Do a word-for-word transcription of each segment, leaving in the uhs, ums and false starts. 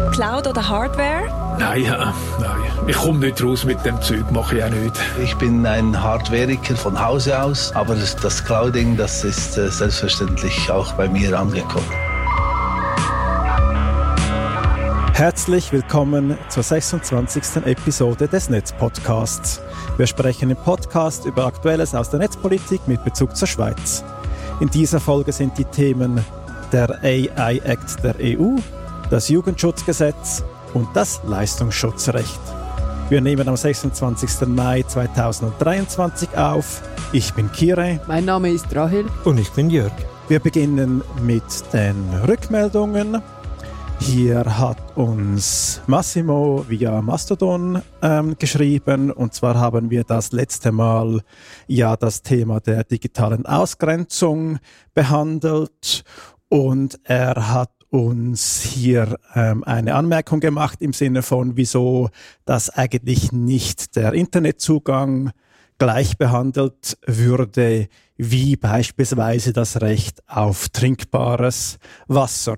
Cloud oder Hardware? Nein, äh, nein. Ich komme nicht raus mit dem Zeug, mache ich auch nicht. Ich bin ein Hardwareiker von Hause aus, aber das, das Clouding, das ist äh, selbstverständlich auch bei mir angekommen. Herzlich willkommen zur sechsundzwanzigsten Episode des Netzpodcasts. Wir sprechen im Podcast über Aktuelles aus der Netzpolitik mit Bezug zur Schweiz. In dieser Folge sind die Themen der A I Act der E U, das Jugendschutzgesetz und das Leistungsschutzrecht. Wir nehmen am sechsundzwanzigsten Mai zweitausenddreiundzwanzig auf. Ich bin Kire. Mein Name ist Rahel. Und ich bin Jörg. Wir beginnen mit den Rückmeldungen. Hier hat uns Massimo via Mastodon ähm, geschrieben, und zwar haben wir das letzte Mal ja das Thema der digitalen Ausgrenzung behandelt, und er hat uns hier ähm, eine Anmerkung gemacht im Sinne von, wieso das eigentlich nicht der Internetzugang gleich behandelt würde wie beispielsweise das Recht auf trinkbares Wasser.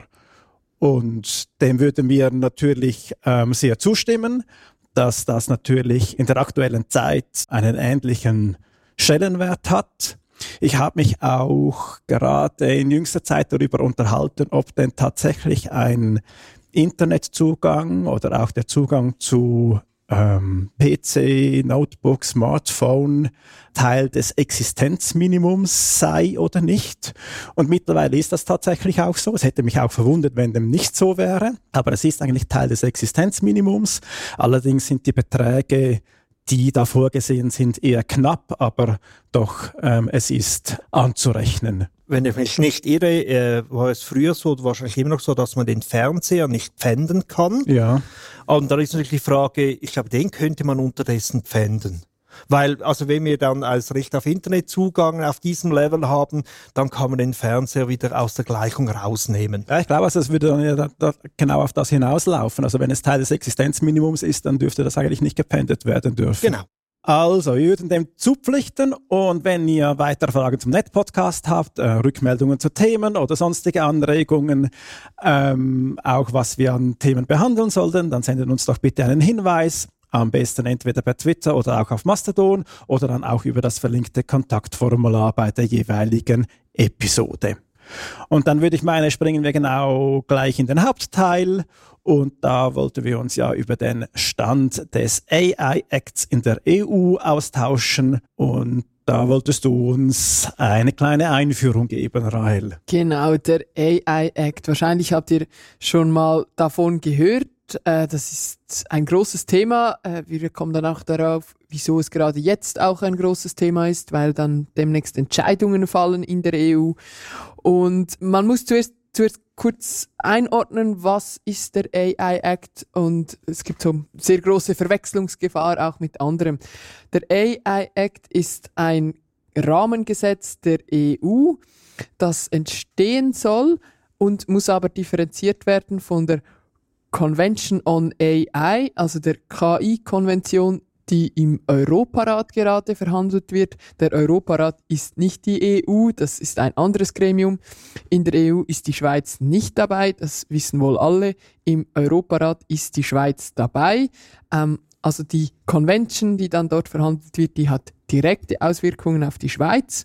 Und dem würden wir natürlich ähm, sehr zustimmen, dass das natürlich in der aktuellen Zeit einen ähnlichen Stellenwert hat. Ich habe mich auch gerade in jüngster Zeit darüber unterhalten, ob denn tatsächlich ein Internetzugang oder auch der Zugang zu ähm, P C, Notebook, Smartphone Teil des Existenzminimums sei oder nicht. Und mittlerweile ist das tatsächlich auch so. Es hätte mich auch verwundert, wenn dem nicht so wäre. Aber es ist eigentlich Teil des Existenzminimums. Allerdings sind die Beträge, die da vorgesehen sind, eher knapp, aber doch, ähm, es ist anzurechnen. Wenn ich mich nicht irre, äh, war es früher so, wahrscheinlich immer noch so, dass man den Fernseher nicht pfänden kann. Ja. Und dann ist natürlich die Frage, ich glaube, den könnte man unterdessen pfänden. Weil, also wenn wir dann als Recht auf Internetzugang auf diesem Level haben, dann kann man den Fernseher wieder aus der Gleichung rausnehmen. Ja, ich glaube, also es würde dann ja da, da genau auf das hinauslaufen. Also wenn es Teil des Existenzminimums ist, dann dürfte das eigentlich nicht gepfändet werden dürfen. Genau. Also, wir würden dem zupflichten, und wenn ihr weitere Fragen zum Net-Podcast habt, äh, Rückmeldungen zu Themen oder sonstige Anregungen, ähm, auch was wir an Themen behandeln sollten, dann sendet uns doch bitte einen Hinweis. Am besten entweder per Twitter oder auch auf Mastodon oder dann auch über das verlinkte Kontaktformular bei der jeweiligen Episode. Und dann würde ich meine, springen wir genau gleich in den Hauptteil. Und da wollten wir uns ja über den Stand des A I Acts in der E U austauschen. Und da wolltest du uns eine kleine Einführung geben, Rahel. Genau, der A I Act. Wahrscheinlich habt ihr schon mal davon gehört. Das ist ein großes Thema. Wir kommen dann auch darauf, wieso es gerade jetzt auch ein großes Thema ist, weil dann demnächst Entscheidungen fallen in der E U. Und man muss zuerst, zuerst kurz einordnen, was ist der A I Act, und es gibt so sehr große Verwechslungsgefahr auch mit anderem. Der A I Act ist ein Rahmengesetz der E U, das entstehen soll und muss aber differenziert werden von der Convention on A I, also der K I-Konvention, die im Europarat gerade verhandelt wird. Der Europarat ist nicht die E U, das ist ein anderes Gremium. In der E U ist die Schweiz nicht dabei, das wissen wohl alle. Im Europarat ist die Schweiz dabei. Ähm, also die Convention, die dann dort verhandelt wird, die hat direkte Auswirkungen auf die Schweiz.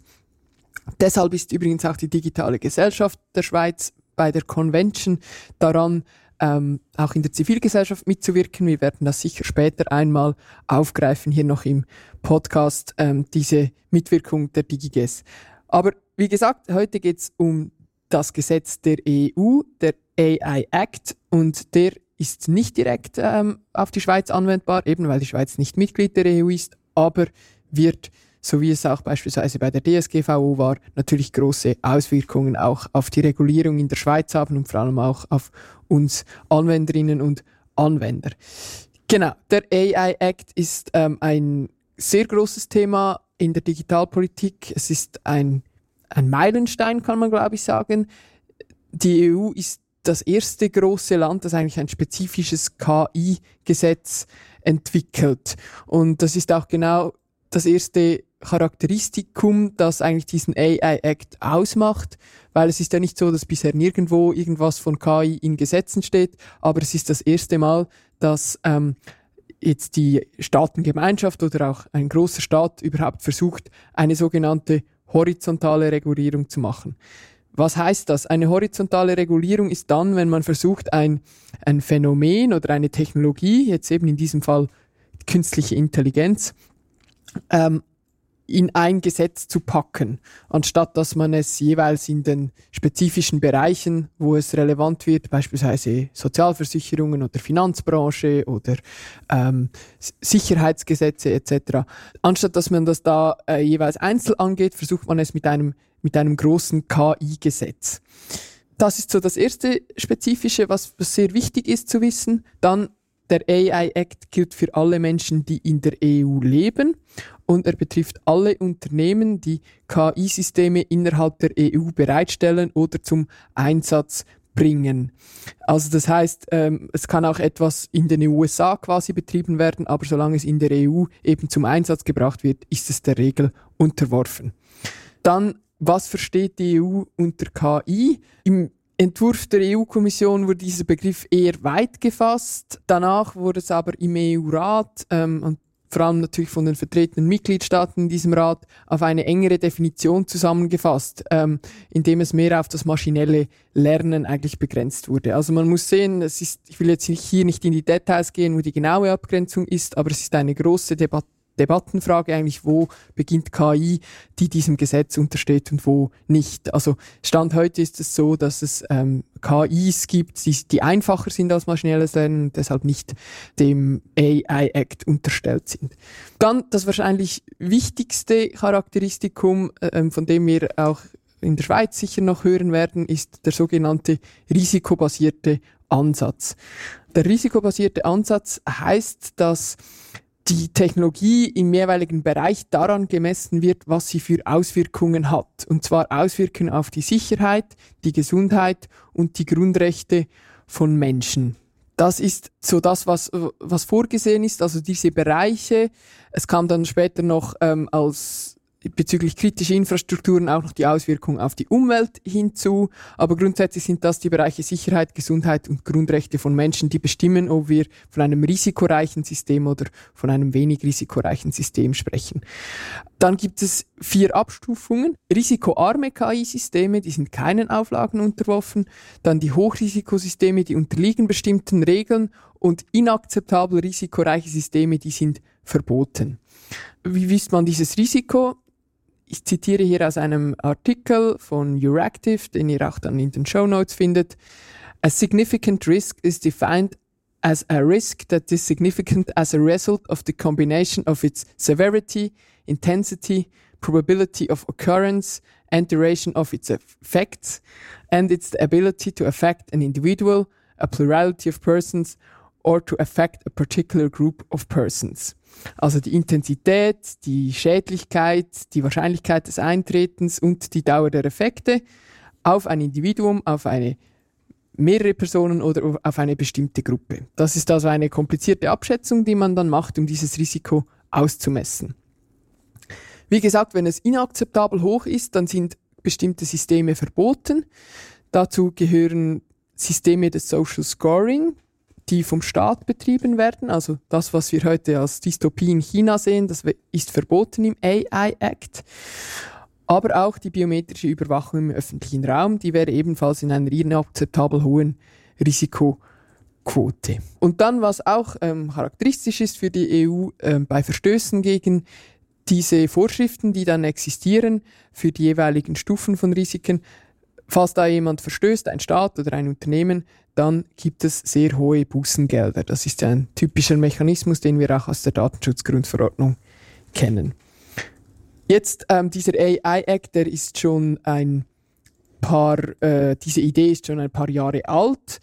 Deshalb ist übrigens auch die digitale Gesellschaft der Schweiz bei der Convention daran, Ähm, auch in der Zivilgesellschaft mitzuwirken. Wir werden das sicher später einmal aufgreifen, hier noch im Podcast, ähm, diese Mitwirkung der DigiGes. Aber wie gesagt, heute geht es um das Gesetz der E U, der A I Act, und der ist nicht direkt ähm, auf die Schweiz anwendbar, eben weil die Schweiz nicht Mitglied der E U ist, aber wird, so wie es auch beispielsweise bei der D S G V O war, natürlich große Auswirkungen auch auf die Regulierung in der Schweiz haben und vor allem auch auf uns Anwenderinnen und Anwender. Genau, der A I Act ist ähm, ein sehr großes Thema in der Digitalpolitik. Es ist ein, ein Meilenstein, kann man glaube ich sagen. Die E U ist das erste große Land, das eigentlich ein spezifisches K I-Gesetz entwickelt. Und das ist auch genau das erste Charakteristikum, das eigentlich diesen A I Act ausmacht, weil es ist ja nicht so, dass bisher nirgendwo irgendwas von K I in Gesetzen steht, aber es ist das erste Mal, dass ähm, jetzt die Staatengemeinschaft oder auch ein großer Staat überhaupt versucht, eine sogenannte horizontale Regulierung zu machen. Was heißt das? Eine horizontale Regulierung ist dann, wenn man versucht, ein, ein Phänomen oder eine Technologie, jetzt eben in diesem Fall künstliche Intelligenz, ähm, in ein Gesetz zu packen, anstatt dass man es jeweils in den spezifischen Bereichen, wo es relevant wird, beispielsweise Sozialversicherungen oder Finanzbranche oder ähm, Sicherheitsgesetze et cetera. Anstatt dass man das da äh, jeweils einzeln angeht, versucht man es mit einem, mit einem großen K I-Gesetz. Das ist so das erste Spezifische, was, was sehr wichtig ist zu wissen. Dann der A I Act gilt für alle Menschen, die in der E U leben, und er betrifft alle Unternehmen, die K I-Systeme innerhalb der E U bereitstellen oder zum Einsatz bringen. Also das heißt, ähm, es kann auch etwas in den U S A quasi betrieben werden, aber solange es in der E U eben zum Einsatz gebracht wird, ist es der Regel unterworfen. Dann, was versteht die E U unter K I? Im Entwurf der E U-Kommission wurde dieser Begriff eher weit gefasst. Danach wurde es aber im E U-Rat ähm, und vor allem natürlich von den vertretenen Mitgliedstaaten in diesem Rat auf eine engere Definition zusammengefasst, ähm, indem es mehr auf das maschinelle Lernen eigentlich begrenzt wurde. Also man muss sehen, es ist, ich will jetzt hier nicht in die Details gehen, wo die genaue Abgrenzung ist, aber es ist eine große Debatte. Debattenfrage eigentlich, wo beginnt K I, die diesem Gesetz untersteht und wo nicht. Also Stand heute ist es so, dass es ähm, K Is gibt, die, die einfacher sind als maschinelles Lernen und deshalb nicht dem A I Act unterstellt sind. Dann das wahrscheinlich wichtigste Charakteristikum, äh, von dem wir auch in der Schweiz sicher noch hören werden, ist der sogenannte risikobasierte Ansatz. Der risikobasierte Ansatz heißt, dass die Technologie im jeweiligen Bereich daran gemessen wird, was sie für Auswirkungen hat. Und zwar Auswirkungen auf die Sicherheit, die Gesundheit und die Grundrechte von Menschen. Das ist so das, was, was vorgesehen ist, also diese Bereiche. Es kam dann später noch ähm, als bezüglich kritischer Infrastrukturen auch noch die Auswirkungen auf die Umwelt hinzu. Aber grundsätzlich sind das die Bereiche Sicherheit, Gesundheit und Grundrechte von Menschen, die bestimmen, ob wir von einem risikoreichen System oder von einem wenig risikoreichen System sprechen. Dann gibt es vier Abstufungen. Risikoarme K I-Systeme, die sind keinen Auflagen unterworfen. Dann die Hochrisikosysteme, die unterliegen bestimmten Regeln. Und inakzeptabel risikoreiche Systeme, die sind verboten. Wie misst man dieses Risiko? Ich zitiere hier aus einem Artikel von Euractiv, den ihr auch dann in den Shownotes findet. A significant risk is defined as a risk that is significant as a result of the combination of its severity, intensity, probability of occurrence, and duration of its effects, and its ability to affect an individual, a plurality of persons, or to affect a particular group of persons. Also die Intensität, die Schädlichkeit, die Wahrscheinlichkeit des Eintretens und die Dauer der Effekte auf ein Individuum, auf eine mehrere Personen oder auf eine bestimmte Gruppe. Das ist also eine komplizierte Abschätzung, die man dann macht, um dieses Risiko auszumessen. Wie gesagt, wenn es inakzeptabel hoch ist, dann sind bestimmte Systeme verboten. Dazu gehören Systeme des Social Scoring, die vom Staat betrieben werden. Also das, was wir heute als Dystopie in China sehen, das ist verboten im A I Act. Aber auch die biometrische Überwachung im öffentlichen Raum, die wäre ebenfalls in einer inakzeptabel hohen Risikoquote. Und dann, was auch ähm, charakteristisch ist für die E U ähm, bei Verstößen gegen diese Vorschriften, die dann existieren für die jeweiligen Stufen von Risiken, falls da jemand verstößt, ein Staat oder ein Unternehmen, dann gibt es sehr hohe Bußengelder. Das ist ja ein typischer Mechanismus, den wir auch aus der Datenschutzgrundverordnung kennen. Jetzt, ähm, dieser A I Act, der ist schon ein paar, äh, diese Idee ist schon ein paar Jahre alt,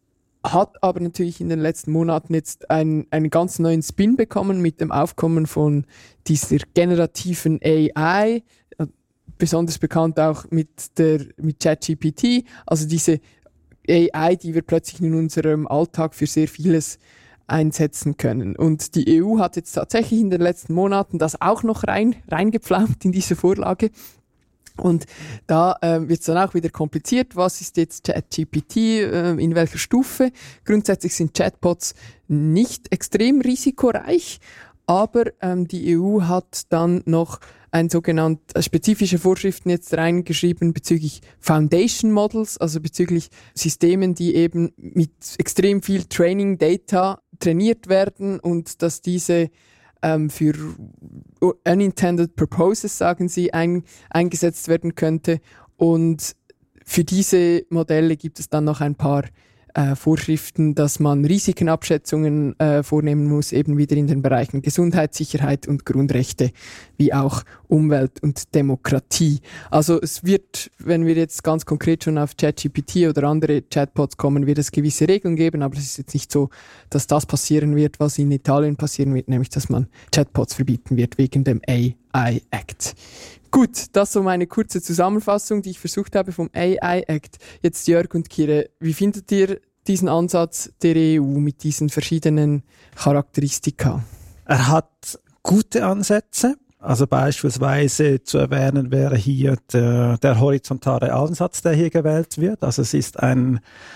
hat aber natürlich in den letzten Monaten jetzt einen, einen ganz neuen Spin bekommen mit dem Aufkommen von dieser generativen A I, besonders bekannt auch mit der mit ChatGPT, also diese A I, die wir plötzlich in unserem Alltag für sehr vieles einsetzen können. Und die E U hat jetzt tatsächlich in den letzten Monaten das auch noch rein reingepflaumt in diese Vorlage. Und da äh, wird es dann auch wieder kompliziert. Was ist jetzt ChatGPT? Äh, in welcher Stufe? Grundsätzlich sind Chatbots nicht extrem risikoreich, aber ähm, die E U hat dann noch ein sogenannt äh, spezifische Vorschriften jetzt reingeschrieben bezüglich Foundation Models, also bezüglich Systemen, die eben mit extrem viel Training Data trainiert werden und dass diese ähm, für unintended purposes, sagen sie, ein, eingesetzt werden könnte. Und für diese Modelle gibt es dann noch ein paar äh, Vorschriften, dass man Risikenabschätzungen äh, vornehmen muss, eben wieder in den Bereichen Gesundheit, Sicherheit und Grundrechte, wie auch Umwelt und Demokratie. Also es wird, wenn wir jetzt ganz konkret schon auf ChatGPT oder andere Chatbots kommen, wird es gewisse Regeln geben, aber es ist jetzt nicht so, dass das passieren wird, was in Italien passieren wird, nämlich dass man Chatbots verbieten wird wegen dem A I Act. Gut, das so meine kurze Zusammenfassung, die ich versucht habe vom A I Act. Jetzt Jörg und Kire, wie findet ihr diesen Ansatz der E U mit diesen verschiedenen Charakteristika? Er hat gute Ansätze. Also beispielsweise zu erwähnen wäre hier der, der horizontale Ansatz, der hier gewählt wird. Also es ist ein,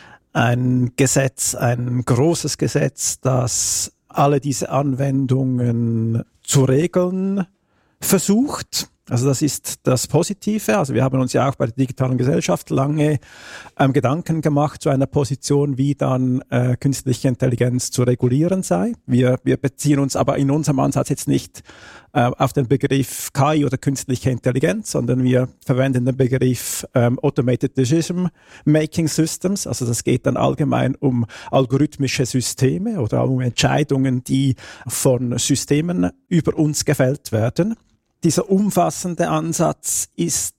ein Gesetz, ein großes Gesetz, das alle diese Anwendungen zu regeln versucht. Also das ist das Positive. Also wir haben uns ja auch bei der digitalen Gesellschaft lange ähm, Gedanken gemacht zu einer Position, wie dann äh, künstliche Intelligenz zu regulieren sei. Wir, wir beziehen uns aber in unserem Ansatz jetzt nicht äh, auf den Begriff K I oder künstliche Intelligenz, sondern wir verwenden den Begriff ähm, Automated Decision Making Systems. Also das geht dann allgemein um algorithmische Systeme oder um Entscheidungen, die von Systemen über uns gefällt werden. Dieser umfassende Ansatz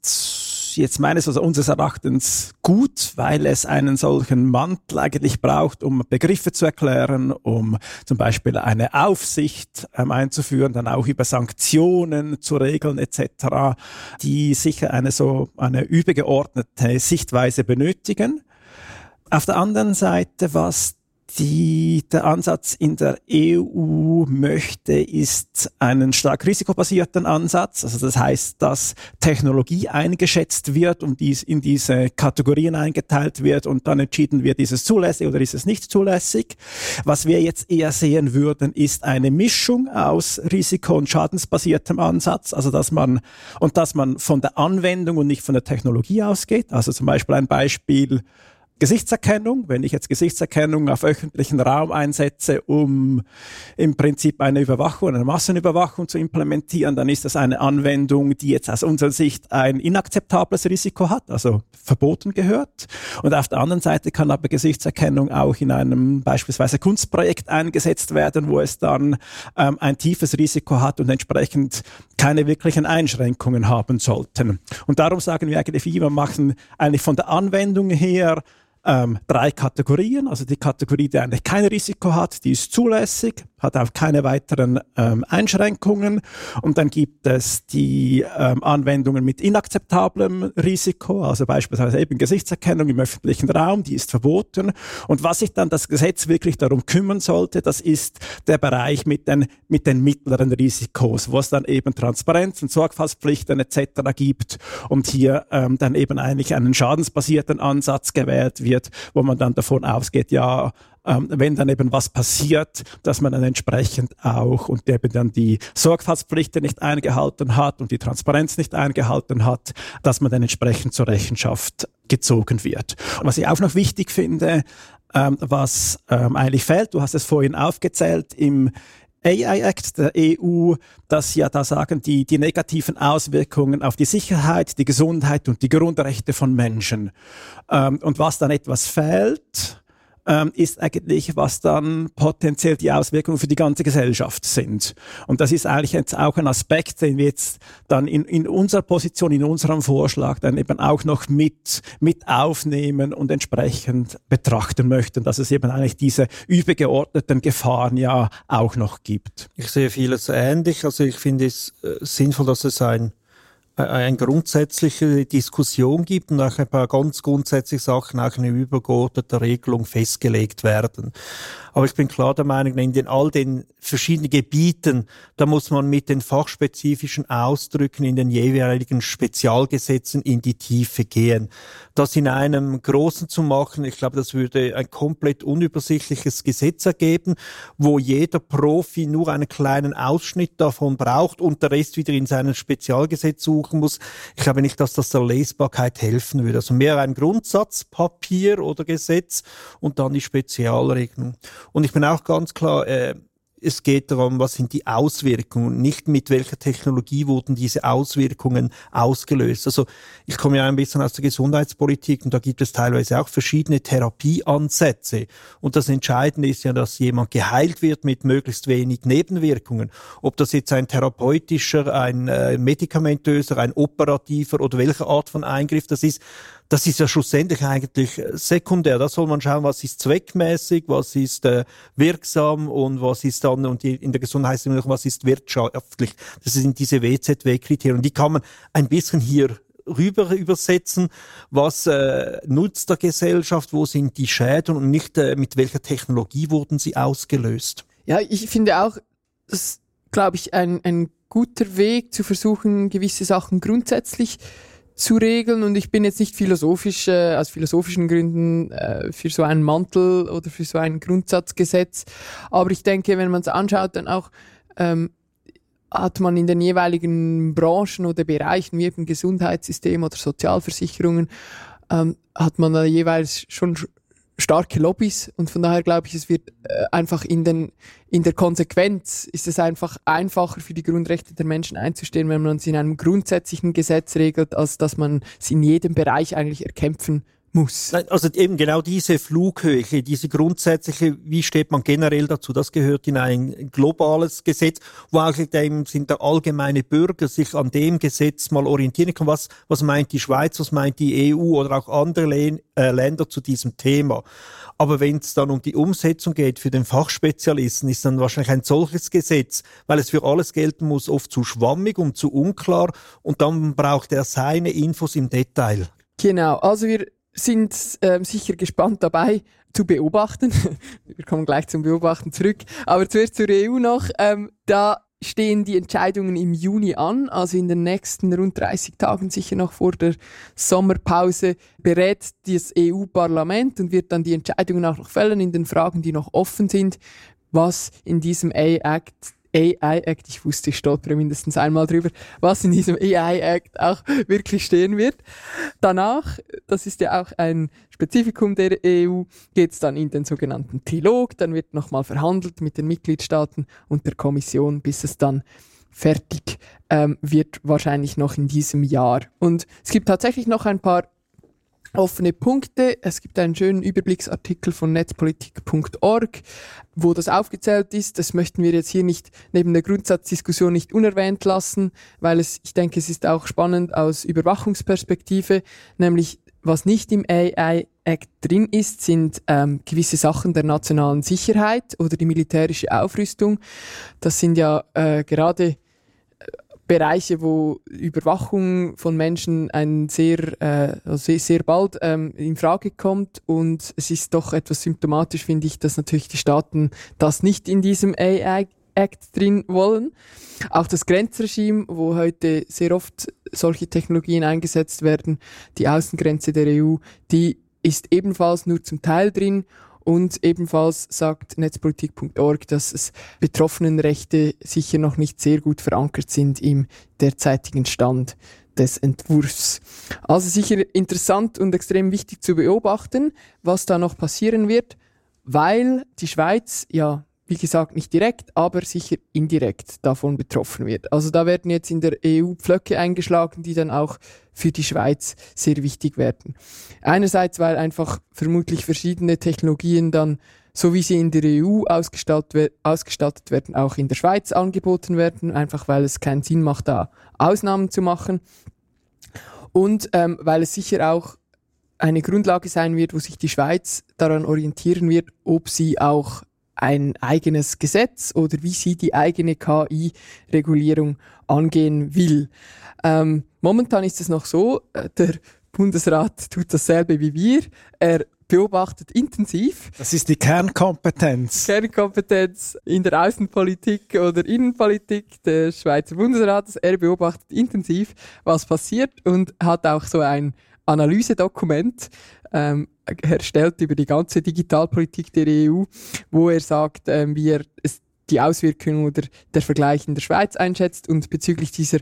ist jetzt meines, also unseres Erachtens gut, weil es einen solchen Mantel eigentlich braucht, um Begriffe zu erklären, um zum Beispiel eine Aufsicht ähm, einzuführen, dann auch über Sanktionen zu regeln et cetera, die sicher eine so eine übergeordnete Sichtweise benötigen. Auf der anderen Seite, was Die, der Ansatz in der E U möchte, ist einen stark risikobasierten Ansatz. Also das heißt, dass Technologie eingeschätzt wird und dies in diese Kategorien eingeteilt wird und dann entschieden wird, ist es zulässig oder ist es nicht zulässig. Was wir jetzt eher sehen würden, ist eine Mischung aus risiko- und schadensbasiertem Ansatz. Also dass man, und dass man von der Anwendung und nicht von der Technologie ausgeht. Also zum Beispiel ein Beispiel, Gesichtserkennung, wenn ich jetzt Gesichtserkennung auf öffentlichen Raum einsetze, um im Prinzip eine Überwachung, eine Massenüberwachung zu implementieren, dann ist das eine Anwendung, die jetzt aus unserer Sicht ein inakzeptables Risiko hat, also verboten gehört. Und auf der anderen Seite kann aber Gesichtserkennung auch in einem beispielsweise Kunstprojekt eingesetzt werden, wo es dann ähm, ein tiefes Risiko hat und entsprechend keine wirklichen Einschränkungen haben sollten. Und darum sagen wir eigentlich, wir machen eigentlich von der Anwendung her Ähm, drei Kategorien. Also die Kategorie, die eigentlich kein Risiko hat, die ist zulässig, hat auch keine weiteren ähm, Einschränkungen. Und dann gibt es die ähm, Anwendungen mit inakzeptablem Risiko, also beispielsweise eben Gesichtserkennung im öffentlichen Raum, die ist verboten. Und was sich dann das Gesetz wirklich darum kümmern sollte, das ist der Bereich mit den, mit den mittleren Risikos, wo es dann eben Transparenz und Sorgfaltspflichten et cetera gibt und hier ähm, dann eben eigentlich einen schadensbasierten Ansatz gewählt wird, wo man dann davon ausgeht, ja, ähm, wenn dann eben was passiert, dass man dann entsprechend auch und eben dann die Sorgfaltspflichten nicht eingehalten hat und die Transparenz nicht eingehalten hat, dass man dann entsprechend zur Rechenschaft gezogen wird. Und was ich auch noch wichtig finde, ähm, was ähm, eigentlich fehlt, du hast es vorhin aufgezählt, im A I Act der E U, dass ja da sagen, die, die negativen Auswirkungen auf die Sicherheit, die Gesundheit und die Grundrechte von Menschen. Ähm, und was dann etwas fehlt, ähm, ist eigentlich, was dann potenziell die Auswirkungen für die ganze Gesellschaft sind. Und das ist eigentlich jetzt auch ein Aspekt, den wir jetzt dann in, in unserer Position, in unserem Vorschlag dann eben auch noch mit, mit aufnehmen und entsprechend betrachten möchten, dass es eben eigentlich diese übergeordneten Gefahren ja auch noch gibt. Ich sehe vieles ähnlich. Also ich finde es äh, sinnvoll, dass es ein eine grundsätzliche Diskussion gibt und auch ein paar ganz grundsätzliche Sachen, auch eine übergeordnete Regelung festgelegt werden. Aber ich bin klar der Meinung, in den all den verschiedenen Gebieten, da muss man mit den fachspezifischen Ausdrücken in den jeweiligen Spezialgesetzen in die Tiefe gehen. Das in einem Großen zu machen, ich glaube, das würde ein komplett unübersichtliches Gesetz ergeben, wo jeder Profi nur einen kleinen Ausschnitt davon braucht und der Rest wieder in seinem Spezialgesetz suchen muss. Ich glaube nicht, dass das der Lesbarkeit helfen würde. Also mehr ein Grundsatzpapier oder Gesetz und dann die Spezialregelung. Und ich bin auch ganz klar, äh, es geht darum, was sind die Auswirkungen, nicht mit welcher Technologie wurden diese Auswirkungen ausgelöst. Also ich komme ja ein bisschen aus der Gesundheitspolitik und da gibt es teilweise auch verschiedene Therapieansätze. Und das Entscheidende ist ja, dass jemand geheilt wird mit möglichst wenig Nebenwirkungen. Ob das jetzt ein therapeutischer, ein äh, medikamentöser, ein operativer oder welche Art von Eingriff das ist, das ist ja schlussendlich eigentlich sekundär. Da soll man schauen, was ist zweckmäßig, was ist äh, wirksam und was ist dann, und die, in der Gesundheitspolitik, was ist wirtschaftlich. Das sind diese W Z W-Kriterien. Die kann man ein bisschen hier rüber übersetzen. Was äh, nutzt der Gesellschaft? Wo sind die Schäden und nicht äh, mit welcher Technologie wurden sie ausgelöst? Ja, ich finde auch, das glaube ich, ein, ein guter Weg zu versuchen, gewisse Sachen grundsätzlich zu regeln, und ich bin jetzt nicht philosophisch, äh, aus philosophischen Gründen äh, für so einen Mantel oder für so ein Grundsatzgesetz, aber ich denke, wenn man es anschaut, dann auch ähm, hat man in den jeweiligen Branchen oder Bereichen, wie eben Gesundheitssystem oder Sozialversicherungen, ähm, hat man da jeweils schon starke Lobbys, und von daher glaube ich, es wird äh, einfach in den in der Konsequenz ist es einfach einfacher für die Grundrechte der Menschen einzustehen, wenn man es in einem grundsätzlichen Gesetz regelt, als dass man es in jedem Bereich eigentlich erkämpfen muss. Also eben genau diese Flughöhe, diese grundsätzliche, wie steht man generell dazu, das gehört in ein globales Gesetz, wo auch dem sind der allgemeine Bürger sich an dem Gesetz mal orientieren kann. Was, was meint die Schweiz, was meint die E U oder auch andere Län- äh, Länder zu diesem Thema? Aber wenn es dann um die Umsetzung geht für den Fachspezialisten, ist dann wahrscheinlich ein solches Gesetz, weil es für alles gelten muss, oft zu schwammig und zu unklar, und dann braucht er seine Infos im Detail. Genau, also wir sind ähm, sicher gespannt dabei zu beobachten. Wir kommen gleich zum Beobachten zurück. Aber zuerst zur E U noch. Ähm, da stehen die Entscheidungen im Juni an, also in den nächsten rund dreißig Tagen, sicher noch vor der Sommerpause, berät das E U-Parlament und wird dann die Entscheidungen auch noch fällen in den Fragen, die noch offen sind, was in diesem A I-Act A I-Act, ich wusste, ich stolpere mindestens einmal drüber, was in diesem A I-Act auch wirklich stehen wird. Danach, das ist ja auch ein Spezifikum der E U, geht es dann in den sogenannten Trilog, dann wird nochmal verhandelt mit den Mitgliedstaaten und der Kommission, bis es dann fertig ähm, wird, wahrscheinlich noch in diesem Jahr. Und es gibt tatsächlich noch ein paar offene Punkte. Es gibt einen schönen Überblicksartikel von netzpolitik punkt org, wo das aufgezählt ist. Das möchten wir jetzt hier nicht neben der Grundsatzdiskussion nicht unerwähnt lassen, weil es, ich denke, es ist auch spannend aus Überwachungsperspektive, nämlich was nicht im A I-Act drin ist, sind ähm, gewisse Sachen der nationalen Sicherheit oder die militärische Aufrüstung. Das sind ja äh, gerade Bereiche, wo Überwachung von Menschen ein sehr, äh, also sehr bald ähm, in Frage kommt, und es ist doch etwas symptomatisch, finde ich, dass natürlich die Staaten das nicht in diesem A I-Act drin wollen. Auch das Grenzregime, wo heute sehr oft solche Technologien eingesetzt werden, die Außengrenze der E U, die ist ebenfalls nur zum Teil drin. Und ebenfalls sagt netzpolitik punkt org, dass es Betroffenenrechte sicher noch nicht sehr gut verankert sind im derzeitigen Stand des Entwurfs. Also sicher interessant und extrem wichtig zu beobachten, was da noch passieren wird, weil die Schweiz ja, wie gesagt, nicht direkt, aber sicher indirekt davon betroffen wird. Also da werden jetzt in der E U Pflöcke eingeschlagen, die dann auch für die Schweiz sehr wichtig werden. Einerseits, weil einfach vermutlich verschiedene Technologien dann, so wie sie in der E U ausgestattet, ausgestattet werden, auch in der Schweiz angeboten werden, einfach weil es keinen Sinn macht, da Ausnahmen zu machen. Und ähm, weil es sicher auch eine Grundlage sein wird, wo sich die Schweiz daran orientieren wird, ob sie auch ein eigenes Gesetz oder wie sie die eigene K I-Regulierung angehen will. Ähm, momentan ist es noch so, äh, der Bundesrat tut dasselbe wie wir. Er beobachtet intensiv. Das ist die Kernkompetenz. Kernkompetenz in der Außenpolitik oder Innenpolitik des Schweizer Bundesrates. Er beobachtet intensiv, was passiert und hat auch so ein Analysedokument ähm, erstellt über die ganze Digitalpolitik der E U, wo er sagt, ähm, wie er es, die Auswirkungen oder der Vergleich in der Schweiz einschätzt. Und bezüglich dieser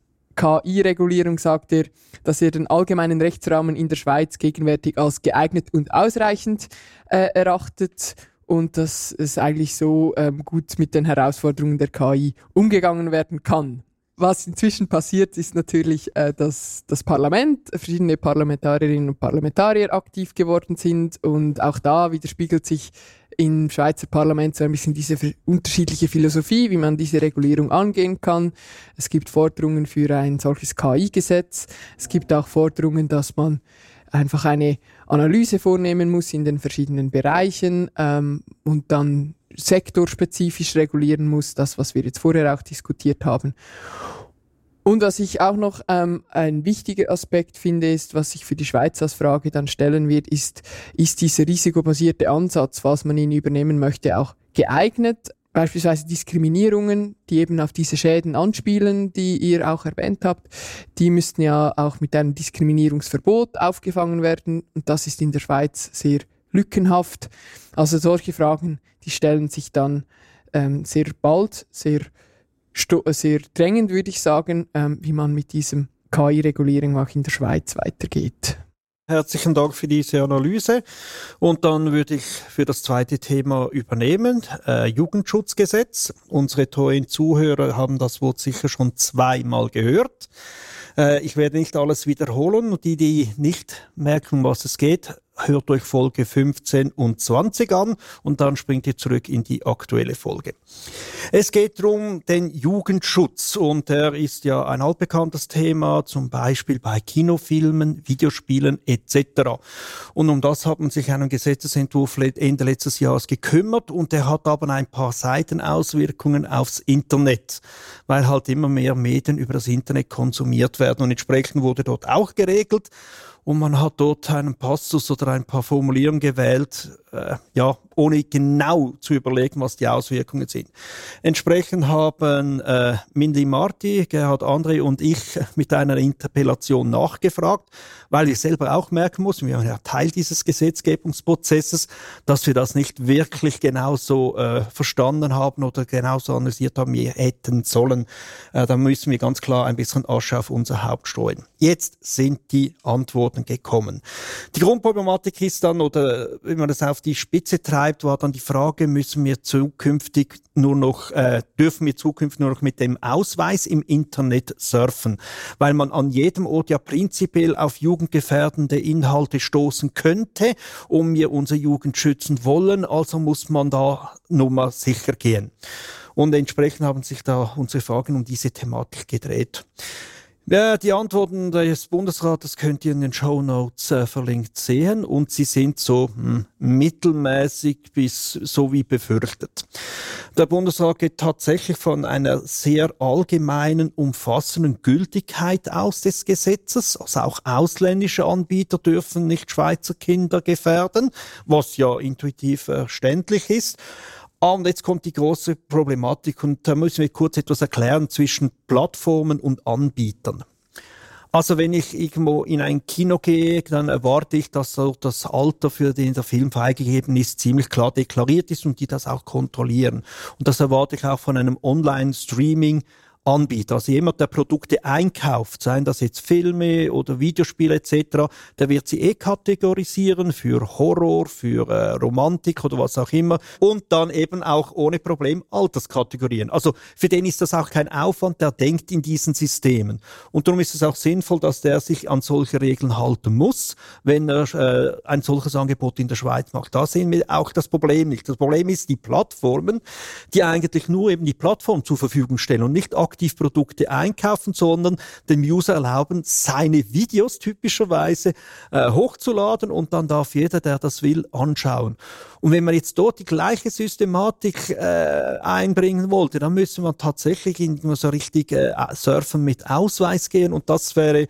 K I-Regulierung sagt er, dass er den allgemeinen Rechtsrahmen in der Schweiz gegenwärtig als geeignet und ausreichend äh, erachtet und dass es eigentlich so ähm, gut mit den Herausforderungen der K I umgegangen werden kann. Was inzwischen passiert, ist natürlich, äh, dass das Parlament, verschiedene Parlamentarierinnen und Parlamentarier aktiv geworden sind und auch da widerspiegelt sich im Schweizer Parlament so ein bisschen diese unterschiedliche Philosophie, wie man diese Regulierung angehen kann. Es gibt Forderungen für ein solches K I-Gesetz. Es gibt auch Forderungen, dass man einfach eine Analyse vornehmen muss in den verschiedenen Bereichen ähm, und dann sektorspezifisch regulieren muss, das, was wir jetzt vorher auch diskutiert haben. Und was ich auch noch ähm, ein wichtiger Aspekt finde, ist, was sich für die Schweiz als Frage dann stellen wird, ist, ist dieser risikobasierte Ansatz, falls man ihn übernehmen möchte, auch geeignet? Beispielsweise Diskriminierungen, die eben auf diese Schäden anspielen, die ihr auch erwähnt habt, die müssten ja auch mit einem Diskriminierungsverbot aufgefangen werden und das ist in der Schweiz sehr lückenhaft. Also solche Fragen, die stellen sich dann ähm, sehr bald, sehr sehr drängend, würde ich sagen, ähm, wie man mit diesem K I-Regulierung auch in der Schweiz weitergeht. Herzlichen Dank für diese Analyse. Und dann würde ich für das zweite Thema übernehmen, äh, Jugendschutzgesetz. Unsere treuen Zuhörer haben das Wort sicher schon zweimal gehört. Äh, ich werde nicht alles wiederholen und die, die nicht merken, um was es geht, hört euch Folge fünfzehn und zwanzig an und dann springt ihr zurück in die aktuelle Folge. Es geht darum den Jugendschutz und der ist ja ein altbekanntes Thema, zum Beispiel bei Kinofilmen, Videospielen et cetera. Und um das hat man sich einen Gesetzesentwurf Ende letztes Jahres gekümmert und der hat aber ein paar Seitenauswirkungen aufs Internet, weil halt immer mehr Medien über das Internet konsumiert werden und entsprechend wurde dort auch geregelt. Und man hat dort einen Passus oder ein paar Formulierungen gewählt, äh, ja, ohne genau zu überlegen, was die Auswirkungen sind. Entsprechend haben äh, Mindy Marti, Gerhard André und ich mit einer Interpellation nachgefragt, weil ich selber auch merken muss, wir sind ja Teil dieses Gesetzgebungsprozesses, dass wir das nicht wirklich genauso äh, verstanden haben oder genauso analysiert haben, wie wir hätten sollen. Äh, da müssen wir ganz klar ein bisschen Asche auf unser Haupt streuen. Jetzt sind die Antworten gekommen. Die Grundproblematik ist dann, oder wenn man das auf die Spitze treibt, war dann die Frage, müssen wir zukünftig nur noch, äh, dürfen wir zukünftig nur noch mit dem Ausweis im Internet surfen, weil man an jedem Ort ja prinzipiell auf jugendgefährdende Inhalte stoßen könnte, um wir unsere Jugend schützen wollen, also muss man da nur mal sicher gehen. Und entsprechend haben sich da unsere Fragen um diese Thematik gedreht. Ja, die Antworten des Bundesrates könnt ihr in den Shownotes äh, verlinkt sehen und sie sind so hm, mittelmäßig bis so wie befürchtet. Der Bundesrat geht tatsächlich von einer sehr allgemeinen, umfassenden Gültigkeit aus des Gesetzes. Also auch ausländische Anbieter dürfen nicht Schweizer Kinder gefährden, was ja intuitiv verständlich ist. Und jetzt kommt die große Problematik und da müssen wir kurz etwas erklären zwischen Plattformen und Anbietern. Also wenn ich irgendwo in ein Kino gehe, dann erwarte ich, dass so das Alter, für den der Film freigegeben ist, ziemlich klar deklariert ist und die das auch kontrollieren. Und das erwarte ich auch von einem Online-Streaming Anbieter. Also jemand, der Produkte einkauft, seien das jetzt Filme oder Videospiele et cetera, der wird sie eh kategorisieren für Horror, für äh, Romantik oder was auch immer und dann eben auch ohne Problem Alterskategorien. Also für den ist das auch kein Aufwand, der denkt in diesen Systemen. Und darum ist es auch sinnvoll, dass der sich an solche Regeln halten muss, wenn er äh, ein solches Angebot in der Schweiz macht. Da sehen wir auch das Problem nicht. Das Problem ist die Plattformen, die eigentlich nur eben die Plattform zur Verfügung stellen und nicht aktiv Produkte einkaufen, sondern dem User erlauben, seine Videos typischerweise äh, hochzuladen und dann darf jeder, der das will, anschauen. Und wenn man jetzt dort die gleiche Systematik äh, einbringen wollte, dann müsste man tatsächlich in so richtig äh, surfen mit Ausweis gehen und das wäre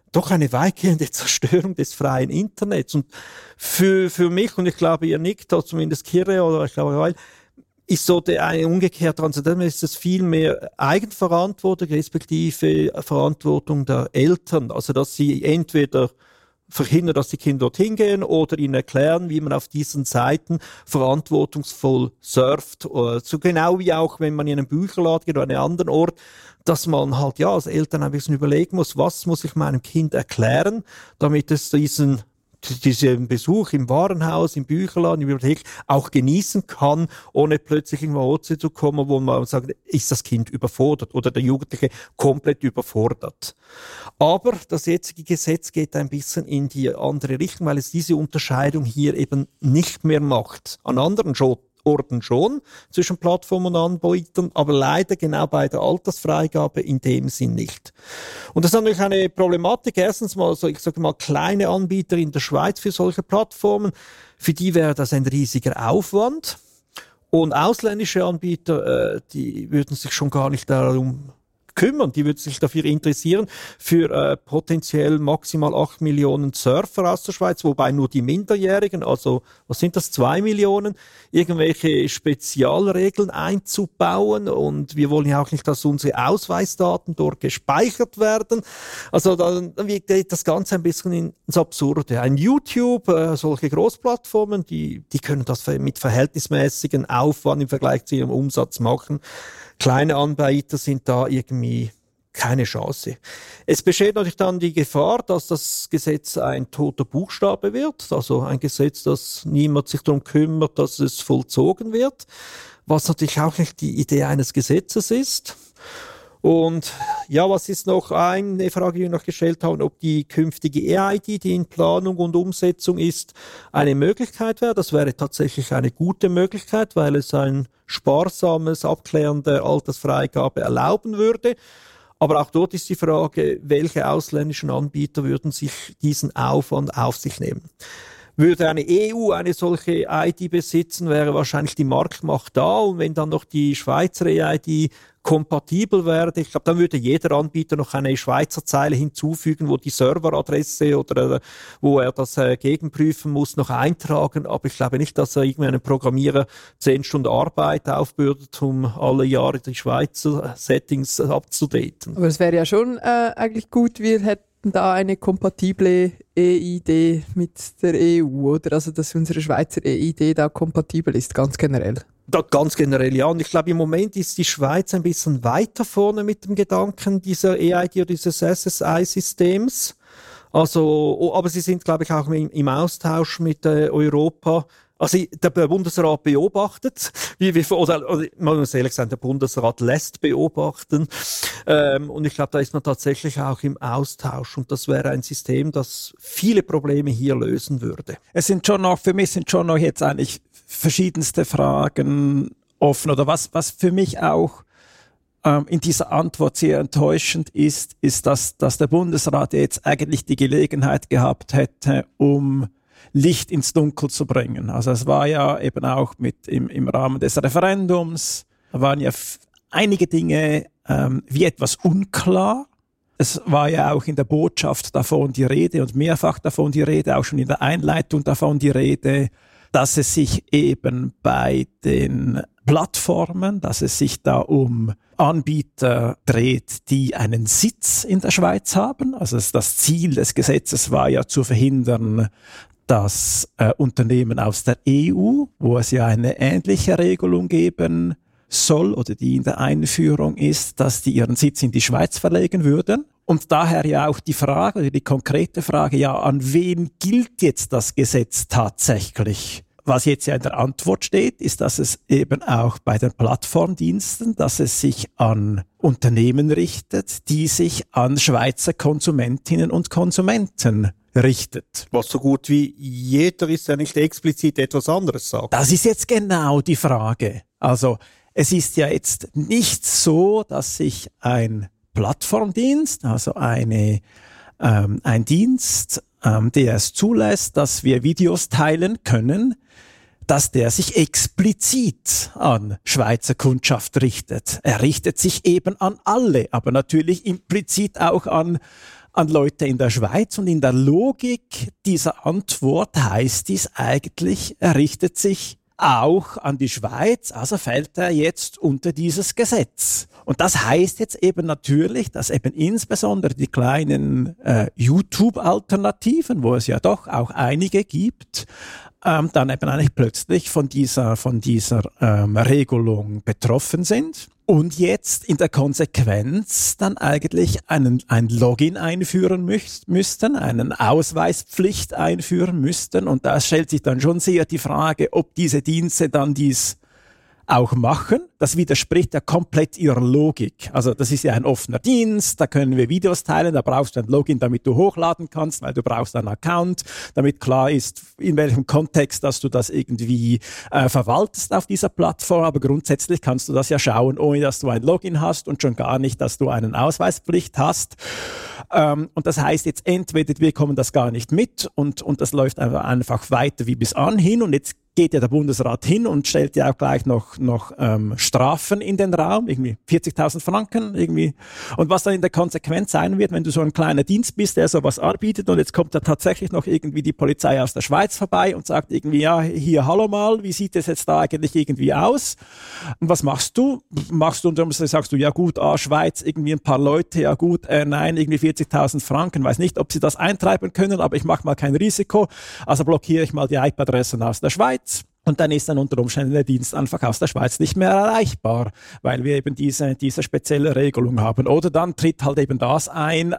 doch eine weitgehende Zerstörung des freien Internets. Und für, für mich, und ich glaube, ihr nickt da zumindest Kire oder ich glaube, weil, ist so der eine umgekehrte Ansatz. Dann ist es viel mehr Eigenverantwortung, respektive Verantwortung der Eltern. Also, dass sie entweder verhindern, dass die Kinder dorthin gehen oder ihnen erklären, wie man auf diesen Seiten verantwortungsvoll surft. So genau wie auch, wenn man in einen Bücherladen geht oder an einen anderen Ort, dass man halt ja als Eltern ein bisschen überlegen muss, was muss ich meinem Kind erklären, damit es diesen diesen Besuch im Warenhaus, im Bücherladen, in der Bibliothek auch genießen kann, ohne plötzlich in Wurzel zu kommen, wo man sagt, ist das Kind überfordert oder der Jugendliche komplett überfordert. Aber das jetzige Gesetz geht ein bisschen in die andere Richtung, weil es diese Unterscheidung hier eben nicht mehr macht. An anderen schon. Orten schon zwischen Plattformen und Anbietern, aber leider genau bei der Altersfreigabe in dem Sinn nicht. Und das ist natürlich eine Problematik. Erstens mal, so ich sage mal, kleine Anbieter in der Schweiz für solche Plattformen, für die wäre das ein riesiger Aufwand. Und ausländische Anbieter, äh, die würden sich schon gar nicht darum kümmern, die würden sich dafür interessieren, für äh, potenziell maximal acht Millionen Surfer aus der Schweiz, wobei nur die Minderjährigen, also was sind das, zwei Millionen, irgendwelche Spezialregeln einzubauen, und wir wollen ja auch nicht, dass unsere Ausweisdaten dort gespeichert werden. Also dann geht das Ganze ein bisschen ins Absurde. Ein YouTube, äh, solche Großplattformen, die, die können das mit verhältnismäßigen Aufwand im Vergleich zu ihrem Umsatz machen. Kleine Anbieter sind da irgendwie keine Chance. Es besteht natürlich dann die Gefahr, dass das Gesetz ein toter Buchstabe wird, also ein Gesetz, das niemand sich darum kümmert, dass es vollzogen wird, was natürlich auch nicht die Idee eines Gesetzes ist. Und ja, was ist noch eine Frage, die wir noch gestellt haben, ob die künftige E I D, die in Planung und Umsetzung ist, eine Möglichkeit wäre. Das wäre tatsächlich eine gute Möglichkeit, weil es ein sparsames Abklären der Altersfreigabe erlauben würde. Aber auch dort ist die Frage, welche ausländischen Anbieter würden sich diesen Aufwand auf sich nehmen. Würde eine E U eine solche I D besitzen, wäre wahrscheinlich die Marktmacht da, und wenn dann noch die Schweizer E I D kompatibel wäre, ich glaube, dann würde jeder Anbieter noch eine Schweizer Zeile hinzufügen, wo die Serveradresse oder äh, wo er das äh, gegenprüfen muss, noch eintragen. Aber ich glaube nicht, dass er irgendwie einem Programmierer zehn Stunden Arbeit aufbürdet, um alle Jahre die Schweizer Settings abzudaten. Aber es wäre ja schon äh, eigentlich gut, wir hätten da eine kompatible E I D mit der E U, oder? Also, dass unsere Schweizer E I D da kompatibel ist, ganz generell. Da, ganz generell, ja. Und ich glaube, im Moment ist die Schweiz ein bisschen weiter vorne mit dem Gedanken dieser E I D oder dieses S S I-Systems. Also, aber sie sind, glaube ich, auch im, im Austausch mit äh, Europa. Also der Bundesrat beobachtet, wie wir oder, oder man muss ehrlich sagen, der Bundesrat lässt beobachten, ähm, und ich glaube, da ist man tatsächlich auch im Austausch, und das wäre ein System, das viele Probleme hier lösen würde. Es sind schon noch, für mich sind schon noch jetzt eigentlich verschiedenste Fragen offen, oder was, was für mich auch ähm, in dieser Antwort sehr enttäuschend ist, ist, dass, dass der Bundesrat jetzt eigentlich die Gelegenheit gehabt hätte, um Licht ins Dunkel zu bringen. Also es war ja eben auch mit im, im Rahmen des Referendums, da waren ja f- einige Dinge ähm, wie etwas unklar. Es war ja auch in der Botschaft davon die Rede und mehrfach davon die Rede, auch schon in der Einleitung davon die Rede, dass es sich eben bei den Plattformen, dass es sich da um Anbieter dreht, die einen Sitz in der Schweiz haben. Also das Ziel des Gesetzes war ja zu verhindern, dass äh, Unternehmen aus der E U, wo es ja eine ähnliche Regelung geben soll oder die in der Einführung ist, dass die ihren Sitz in die Schweiz verlegen würden. Und daher ja auch die Frage, oder die konkrete Frage, ja, an wen gilt jetzt das Gesetz tatsächlich? Was jetzt ja in der Antwort steht, ist, dass es eben auch bei den Plattformdiensten, dass es sich an Unternehmen richtet, die sich an Schweizer Konsumentinnen und Konsumenten richtet. Was so gut wie jeder ist, der nicht explizit etwas anderes sagt. Das ist jetzt genau die Frage. Also es ist ja jetzt nicht so, dass sich ein Plattformdienst, also eine, ähm, ein Dienst, ähm, der es zulässt, dass wir Videos teilen können, dass der sich explizit an Schweizer Kundschaft richtet. Er richtet sich eben an alle, aber natürlich implizit auch an an Leute in der Schweiz. Und in der Logik dieser Antwort heißt dies eigentlich, er richtet sich auch an die Schweiz, also fällt er jetzt unter dieses Gesetz. Und das heißt jetzt eben natürlich, dass eben insbesondere die kleinen äh, YouTube-Alternativen, wo es ja doch auch einige gibt, ähm, dann eben eigentlich plötzlich von dieser, von dieser ähm, Regelung betroffen sind. Und jetzt in der Konsequenz dann eigentlich einen, ein Login einführen müß, müssten, einen Ausweispflicht einführen müssten. Und da stellt sich dann schon sehr die Frage, ob diese Dienste dann dies auch machen. Das widerspricht ja komplett ihrer Logik. Also das ist ja ein offener Dienst, da können wir Videos teilen, da brauchst du ein Login, damit du hochladen kannst, weil du brauchst einen Account, damit klar ist, in welchem Kontext, dass du das irgendwie äh, verwaltest auf dieser Plattform. Aber grundsätzlich kannst du das ja schauen, ohne dass du ein Login hast und schon gar nicht, dass du einen Ausweispflicht hast. Ähm, und das heißt jetzt entweder, wir kommen das gar nicht mit und, und das läuft einfach, einfach weiter wie bis anhin und jetzt geht ja der Bundesrat hin und stellt ja auch gleich noch, noch ähm, Strafen in den Raum, irgendwie vierzigtausend Franken irgendwie. Und was dann in der Konsequenz sein wird, wenn du so ein kleiner Dienst bist, der sowas arbeitet und jetzt kommt da tatsächlich noch irgendwie die Polizei aus der Schweiz vorbei und sagt irgendwie, ja, hier, hallo mal, wie sieht es jetzt da eigentlich irgendwie aus? Und was machst du? Machst du, und dann sagst du, ja gut, ah, Schweiz, irgendwie ein paar Leute, ja gut, äh, nein, irgendwie vierzigtausend Franken, weiß nicht, ob sie das eintreiben können, aber ich mache mal kein Risiko, also blockiere ich mal die I P-Adressen aus der Schweiz. Und dann ist dann unter Umständen der Dienst einfach aus der Schweiz nicht mehr erreichbar, weil wir eben diese, diese spezielle Regelung haben. Oder dann tritt halt eben das ein,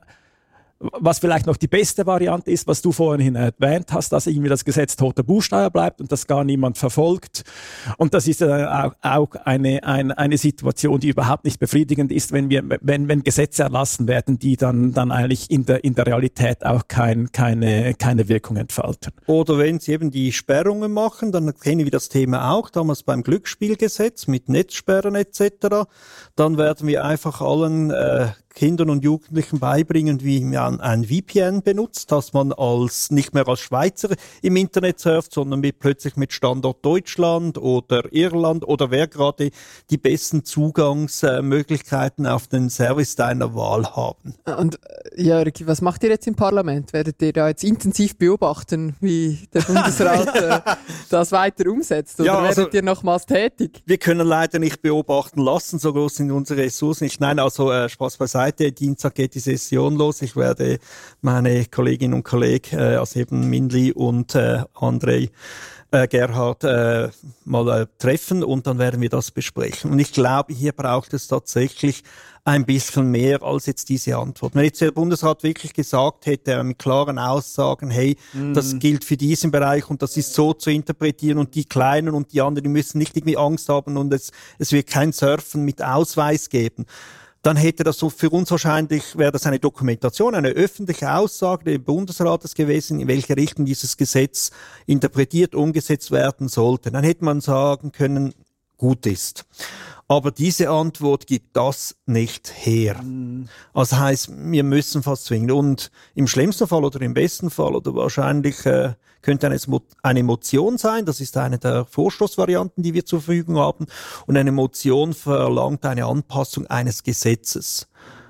was vielleicht noch die beste Variante ist, was du vorhin erwähnt hast, dass irgendwie das Gesetz toter Buchstabe bleibt und das gar niemand verfolgt. Und das ist ja auch, auch eine, eine, eine Situation, die überhaupt nicht befriedigend ist, wenn wir, wenn, wenn Gesetze erlassen werden, die dann, dann eigentlich in der, in der Realität auch kein, keine, keine Wirkung entfalten. Oder wenn sie eben die Sperrungen machen, dann kennen wir das Thema auch, damals beim Glücksspielgesetz mit Netzsperren et cetera. Dann werden wir einfach allen äh, Kindern und Jugendlichen beibringen, wie man ein V P N benutzt, dass man als nicht mehr als Schweizer im Internet surft, sondern mit, plötzlich mit Standort Deutschland oder Irland oder wer gerade die besten Zugangsmöglichkeiten auf den Service deiner Wahl haben. Und Jörg, was macht ihr jetzt im Parlament? Werdet ihr da jetzt intensiv beobachten, wie der Bundesrat äh, das weiter umsetzt? Oder ja, also, werdet ihr nochmals tätig? Wir können leider nicht beobachten lassen, so groß sind unsere Ressourcen nicht. Nein, also äh, Spaß beiseite. Dienstag geht die Session los. Ich werde meine Kolleginnen und Kollegen, äh, also eben Mindli und äh, André äh, Gerhard äh, mal äh, treffen und dann werden wir das besprechen. Und ich glaube, hier braucht es tatsächlich ein bisschen mehr als jetzt diese Antwort. Wenn jetzt der Bundesrat wirklich gesagt hätte, mit klaren Aussagen, hey, mm. das gilt für diesen Bereich und das ist so zu interpretieren und die Kleinen und die anderen, die müssen nicht irgendwie Angst haben und es, es wird kein Surfen mit Ausweis geben, dann hätte das so für uns wahrscheinlich, wäre das eine Dokumentation, eine öffentliche Aussage des Bundesrates gewesen, in welche Richtung dieses Gesetz interpretiert, umgesetzt werden sollte. Dann hätte man sagen können, gut ist. Aber diese Antwort gibt das nicht her. Mhm. Also heißt, wir müssen fast zwingen. Und im schlimmsten Fall oder im besten Fall oder wahrscheinlich äh, könnte eine, eine Motion sein. Das ist eine der Vorstoßvarianten, die wir zur Verfügung haben. Und eine Motion verlangt eine Anpassung eines Gesetzes.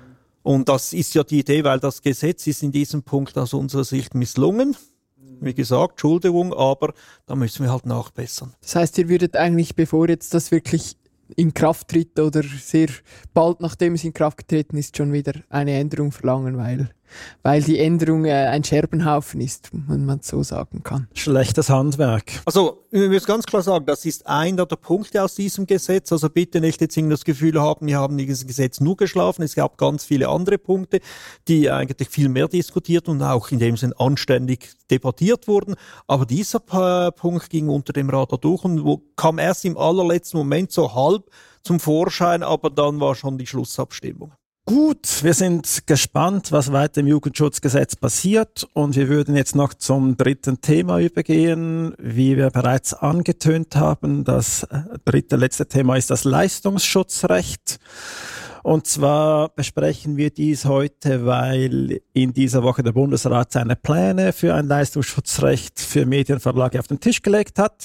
Und das ist ja die Idee, weil das Gesetz ist in diesem Punkt aus unserer Sicht misslungen. Wie gesagt, Entschuldigung, aber da müssen wir halt nachbessern. Das heißt, ihr würdet eigentlich, bevor jetzt das wirklich in Kraft tritt oder sehr bald nachdem es in Kraft getreten ist, schon wieder eine Änderung verlangen, weil, weil die Änderung äh, ein Scherbenhaufen ist, wenn man so sagen kann. Schlechtes Handwerk. Also, wir müssen ganz klar sagen, das ist einer der Punkte aus diesem Gesetz. Also bitte nicht jetzt das Gefühl haben, wir haben dieses Gesetz nur geschlafen. Es gab ganz viele andere Punkte, die eigentlich viel mehr diskutiert und auch in dem Sinn anständig debattiert wurden. Aber dieser äh, Punkt ging unter dem Radar durch und wo, kam erst im allerletzten Moment so halb zum Vorschein, aber dann war schon die Schlussabstimmung. Gut, wir sind gespannt, was weiter im Jugendschutzgesetz passiert und wir würden jetzt noch zum dritten Thema übergehen, wie wir bereits angetönt haben. Das dritte, letzte Thema ist das Leistungsschutzrecht. Und zwar besprechen wir dies heute, weil in dieser Woche der Bundesrat seine Pläne für ein Leistungsschutzrecht für Medienverlage auf den Tisch gelegt hat.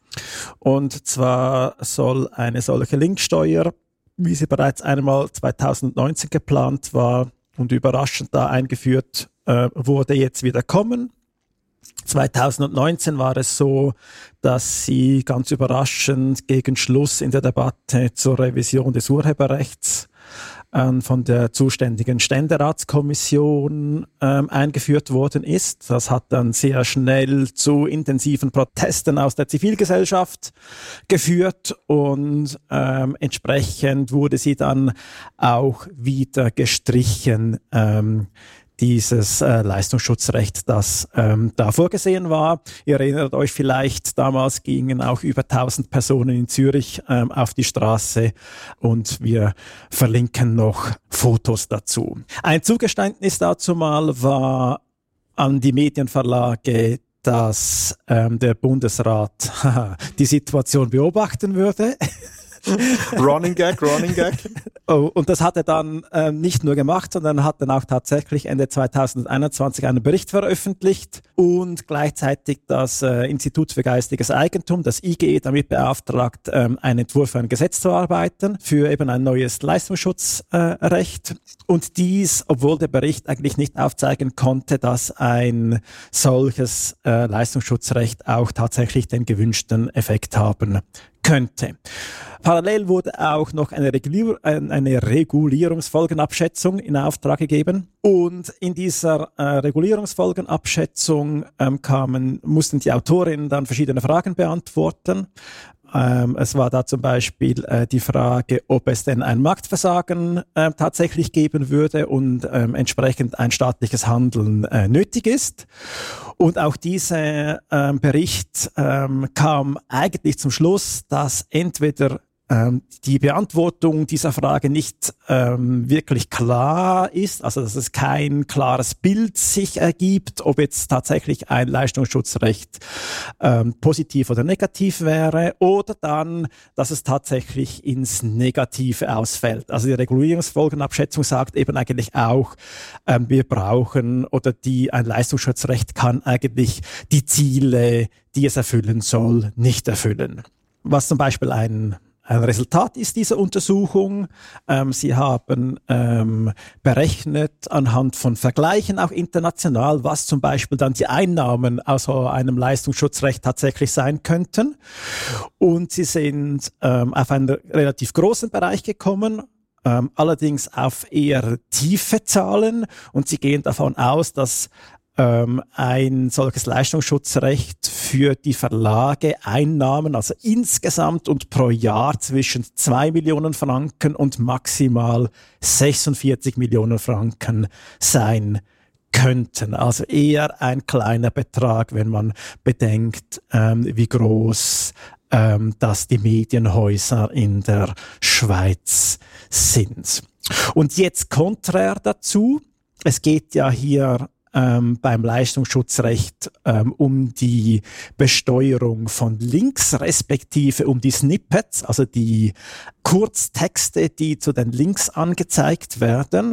Und zwar soll eine solche Linksteuer, wie sie bereits einmal zwanzig neunzehn geplant war, und überraschend da eingeführt äh, wurde, jetzt wieder kommen. zweitausendneunzehn war es so, dass sie ganz überraschend gegen Schluss in der Debatte zur Revision des Urheberrechts ähm, von der zuständigen Ständeratskommission ähm, eingeführt worden ist. Das hat dann sehr schnell zu intensiven Protesten aus der Zivilgesellschaft geführt und ähm, entsprechend wurde sie dann auch wieder gestrichen, ähm, dieses äh, Leistungsschutzrecht, das ähm, da vorgesehen war. Ihr erinnert euch vielleicht, damals gingen auch über tausend Personen in Zürich ähm, auf die Straße und wir verlinken noch Fotos dazu. Ein Zugeständnis dazu mal war an die Medienverlage, dass ähm, der Bundesrat die Situation beobachten würde. Running Gag, Running Gag. Oh, und das hat er dann äh, nicht nur gemacht, sondern hat dann auch tatsächlich Ende zweitausendeinundzwanzig einen Bericht veröffentlicht und gleichzeitig das äh, Institut für geistiges Eigentum, das I G E, damit beauftragt, ähm, einen Entwurf für ein Gesetz zu arbeiten, für eben ein neues Leistungsschutzrecht. Äh, und dies, obwohl der Bericht eigentlich nicht aufzeigen konnte, dass ein solches äh, Leistungsschutzrecht auch tatsächlich den gewünschten Effekt haben könnte. Parallel wurde auch noch eine, Regulier- eine Regulierungsfolgenabschätzung in Auftrag gegeben. Und in dieser äh, Regulierungsfolgenabschätzung ähm, kamen, mussten die Autorinnen dann verschiedene Fragen beantworten. Ähm, es war da zum Beispiel äh, die Frage, ob es denn ein Marktversagen äh, tatsächlich geben würde und ähm, entsprechend ein staatliches Handeln äh, nötig ist. Und auch dieser ähm, Bericht ähm, kam eigentlich zum Schluss, dass entweder ähm, die Beantwortung dieser Frage nicht ähm, wirklich klar ist, also dass es kein klares Bild sich ergibt, ob jetzt tatsächlich ein Leistungsschutzrecht ähm, positiv oder negativ wäre, oder dann, dass es tatsächlich ins Negative ausfällt. Also die Regulierungsfolgenabschätzung sagt eben eigentlich auch, ähm, wir brauchen oder die ein Leistungsschutzrecht kann eigentlich die Ziele, die es erfüllen soll, nicht erfüllen. Was zum Beispiel ein Ein Resultat ist dieser Untersuchung. Ähm, sie haben ähm, berechnet anhand von Vergleichen auch international, was zum Beispiel dann die Einnahmen aus so einem Leistungsschutzrecht tatsächlich sein könnten. Und sie sind ähm, auf einen relativ großen Bereich gekommen, ähm, allerdings auf eher tiefe Zahlen. Und sie gehen davon aus, dass ähm, ein solches Leistungsschutzrecht für die Verlage Einnahmen, also insgesamt und pro Jahr zwischen zwei Millionen Franken und maximal sechsundvierzig Millionen Franken sein könnten. Also eher ein kleiner Betrag, wenn man bedenkt, ähm, wie groß ähm, dass die Medienhäuser in der Schweiz sind. Und jetzt konträr dazu, es geht ja hier Ähm, beim Leistungsschutzrecht ähm, um die Besteuerung von Links, respektive um die Snippets, also die Kurztexte, die zu den Links angezeigt werden.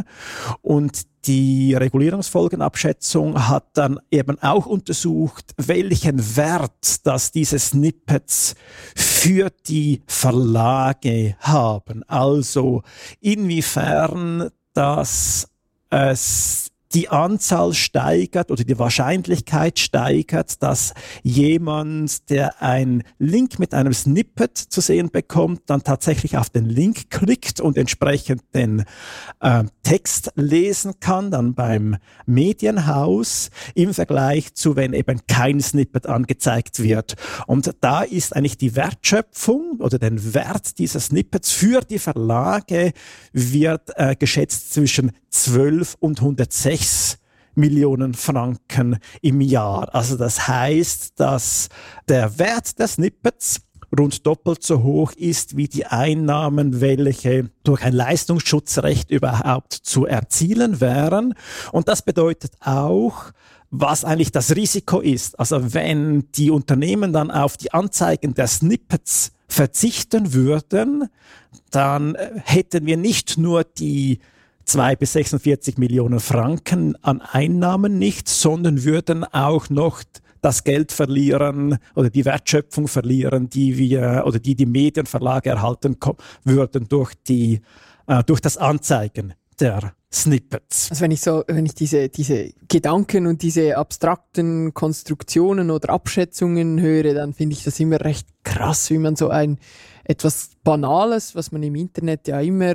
Und die Regulierungsfolgenabschätzung hat dann eben auch untersucht, welchen Wert das diese Snippets für die Verlage haben. Also inwiefern das es die Anzahl steigert oder die Wahrscheinlichkeit steigert, dass jemand, der einen Link mit einem Snippet zu sehen bekommt, dann tatsächlich auf den Link klickt und entsprechend den äh, Text lesen kann, dann beim Medienhaus, im Vergleich zu, wenn eben kein Snippet angezeigt wird. Und da ist eigentlich die Wertschöpfung oder den Wert dieser Snippets für die Verlage wird äh, geschätzt zwischen zwölf und hundertsechs Millionen Franken im Jahr. Also das heißt, dass der Wert der Snippets rund doppelt so hoch ist wie die Einnahmen, welche durch ein Leistungsschutzrecht überhaupt zu erzielen wären. Und das bedeutet auch, was eigentlich das Risiko ist. Also wenn die Unternehmen dann auf die Anzeigen der Snippets verzichten würden, dann hätten wir nicht nur die zwei bis sechsundvierzig Millionen Franken an Einnahmen nicht, sondern würden auch noch das Geld verlieren oder die Wertschöpfung verlieren, die wir oder die die Medienverlage erhalten würden durch die äh, durch das Anzeigen der Snippets. Also wenn ich so, wenn ich diese, diese Gedanken und diese abstrakten Konstruktionen oder Abschätzungen höre, dann finde ich das immer recht krass, wie man so ein etwas Banales, was man im Internet ja immer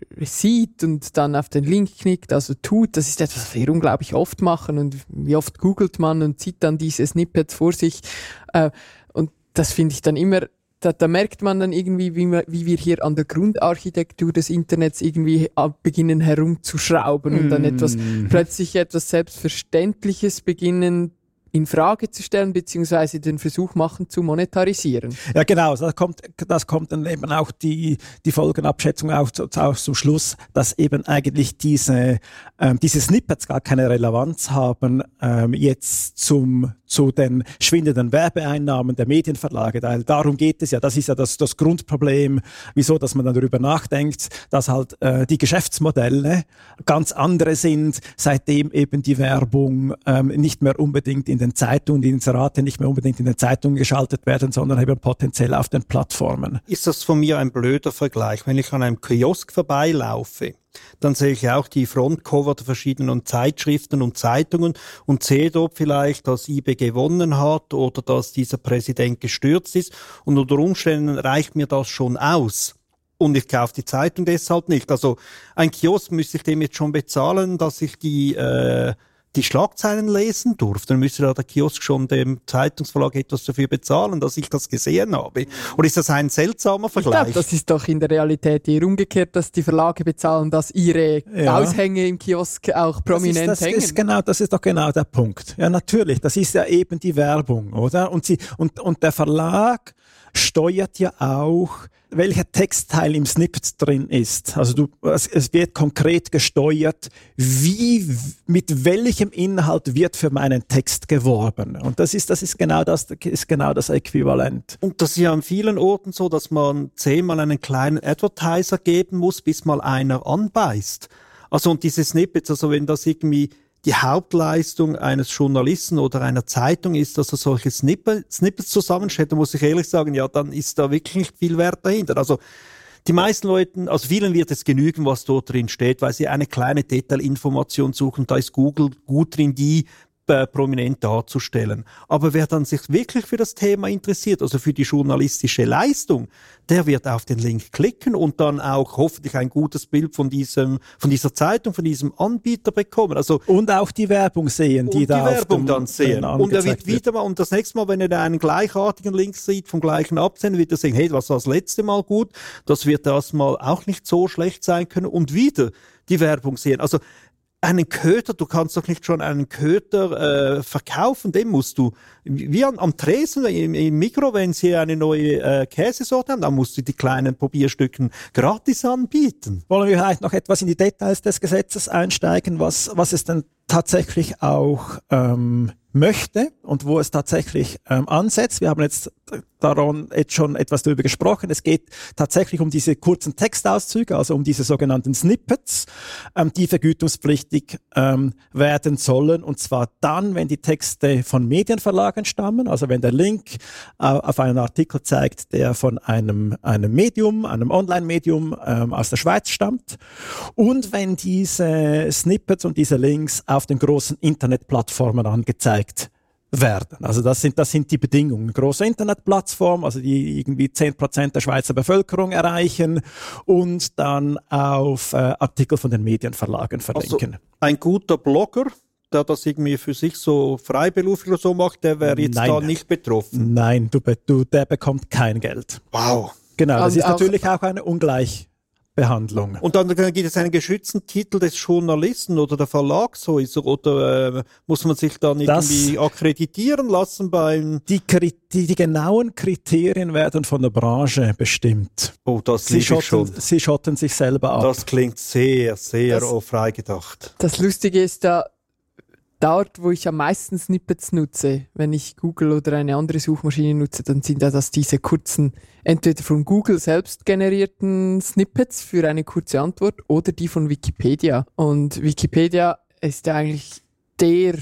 sieht und dann auf den Link klickt, also tut, das ist etwas, was wir unglaublich oft machen und wie oft googelt man und sieht dann diese Snippets vor sich äh, und das finde ich dann immer, da, da merkt man dann irgendwie, wie, wir, wie wir hier an der Grundarchitektur des Internets irgendwie beginnen herumzuschrauben und dann etwas, plötzlich etwas Selbstverständliches beginnen in Frage zu stellen, beziehungsweise den Versuch machen zu monetarisieren. Ja, genau. Das kommt, das kommt dann eben auch die, die Folgenabschätzung auch, auch zum Schluss, dass eben eigentlich diese, ähm, diese Snippets gar keine Relevanz haben, ähm, jetzt zum, zu den schwindenden Werbeeinnahmen der Medienverlage. Weil darum geht es ja. Das ist ja das, das Grundproblem, wieso, dass man dann darüber nachdenkt, dass halt, äh, die Geschäftsmodelle ganz andere sind, seitdem eben die Werbung, ähm, nicht mehr unbedingt in den Zeitungen, die Inserate nicht mehr unbedingt in den Zeitungen geschaltet werden, sondern eben potenziell auf den Plattformen. Ist das von mir ein blöder Vergleich? Wenn ich an einem Kiosk vorbeilaufe, dann sehe ich auch die Frontcover der verschiedenen Zeitschriften und Zeitungen und sehe dort vielleicht, dass I B gewonnen hat oder dass dieser Präsident gestürzt ist und unter Umständen reicht mir das schon aus. Und ich kaufe die Zeitung deshalb nicht. Also ein Kiosk müsste ich dem jetzt schon bezahlen, dass ich die äh, die Schlagzeilen lesen durfte, dann müsste da der Kiosk schon dem Zeitungsverlag etwas dafür bezahlen, dass ich das gesehen habe. Oder ist das ein seltsamer Vergleich? Ich glaube, das ist doch in der Realität eher umgekehrt, dass die Verlage bezahlen, dass ihre ja. Aushänge im Kiosk auch prominent das ist, das hängen. Ist genau, das ist doch genau der Punkt. Ja, natürlich, das ist ja eben die Werbung, oder? Und, sie, und, und der Verlag steuert ja auch, welcher Textteil im Snippet drin ist. Also du, es, es wird konkret gesteuert, wie, mit welchem Inhalt wird für meinen Text geworben. Und das ist, das ist genau das, ist genau das Äquivalent. Und das ist ja an vielen Orten so, dass man zehnmal einen kleinen Advertiser geben muss, bis mal einer anbeißt. Also und diese Snippets, also wenn das irgendwie die Hauptleistung eines Journalisten oder einer Zeitung ist, dass er solche Snippets, Snippets zusammenstellt, da muss ich ehrlich sagen, ja, dann ist da wirklich nicht viel Wert dahinter. Also die meisten Leuten, also vielen wird es genügen, was dort drin steht, weil sie eine kleine Detailinformation suchen. Da ist Google gut drin, die äh, prominent darzustellen. Aber wer dann sich wirklich für das Thema interessiert, also für die journalistische Leistung, der wird auf den Link klicken und dann auch hoffentlich ein gutes Bild von diesem, von dieser Zeitung, von diesem Anbieter bekommen. Also und auch die Werbung sehen, die, und da die Werbung auf dem, dann sehen. Und er wird wieder mal, und das nächste Mal, wenn er einen gleichartigen Link sieht, vom gleichen Absender, wird er sagen, hey, was war das letzte Mal gut? Das wird das mal auch nicht so schlecht sein können. Und wieder die Werbung sehen. Also einen Köter, du kannst doch nicht schon einen Köter äh, verkaufen, den musst du, wie am, am Tresen, im, im Mikro, wenn sie eine neue äh, Käsesorte haben, dann musst du die kleinen Probierstücken gratis anbieten. Wollen wir vielleicht noch etwas in die Details des Gesetzes einsteigen, was, was es denn tatsächlich auch ähm, möchte und wo es tatsächlich ähm, ansetzt. Wir haben jetzt daran jetzt schon etwas darüber gesprochen. Es geht tatsächlich um diese kurzen Textauszüge, also um diese sogenannten Snippets, ähm, die vergütungspflichtig ähm, werden sollen. Und zwar dann, wenn die Texte von Medienverlagen stammen, also wenn der Link äh, auf einen Artikel zeigt, der von einem, einem Medium, einem Online-Medium ähm, aus der Schweiz stammt. Und wenn diese Snippets und diese Links auf den großen Internetplattformen angezeigt werden. Also das sind, das sind die Bedingungen. Große Internetplattform, also die irgendwie zehn Prozent der Schweizer Bevölkerung erreichen und dann auf äh, Artikel von den Medienverlagen verlinken. Also ein guter Blogger, der das irgendwie für sich so freiberuflich oder so macht, der wäre jetzt Nein. da nicht betroffen. Nein, du, du, der bekommt kein Geld. Wow. Genau, das Und ist auch natürlich auch eine Ungleichbehandlung. Und dann gibt es einen geschützten Titel des Journalisten oder der Verlagshäuser oder äh, muss man sich dann Das- irgendwie akkreditieren lassen beim... Die, Kri- die, die genauen Kriterien werden von der Branche bestimmt. Oh, das Sie liebe ich schotten, schon. sie schotten sich selber ab. Das klingt sehr, sehr Das- oh, freigedacht. Das Lustige ist da, dort, wo ich am meisten Snippets nutze, wenn ich Google oder eine andere Suchmaschine nutze, dann sind ja das diese kurzen, entweder von Google selbst generierten Snippets für eine kurze Antwort oder die von Wikipedia. Und Wikipedia ist ja eigentlich der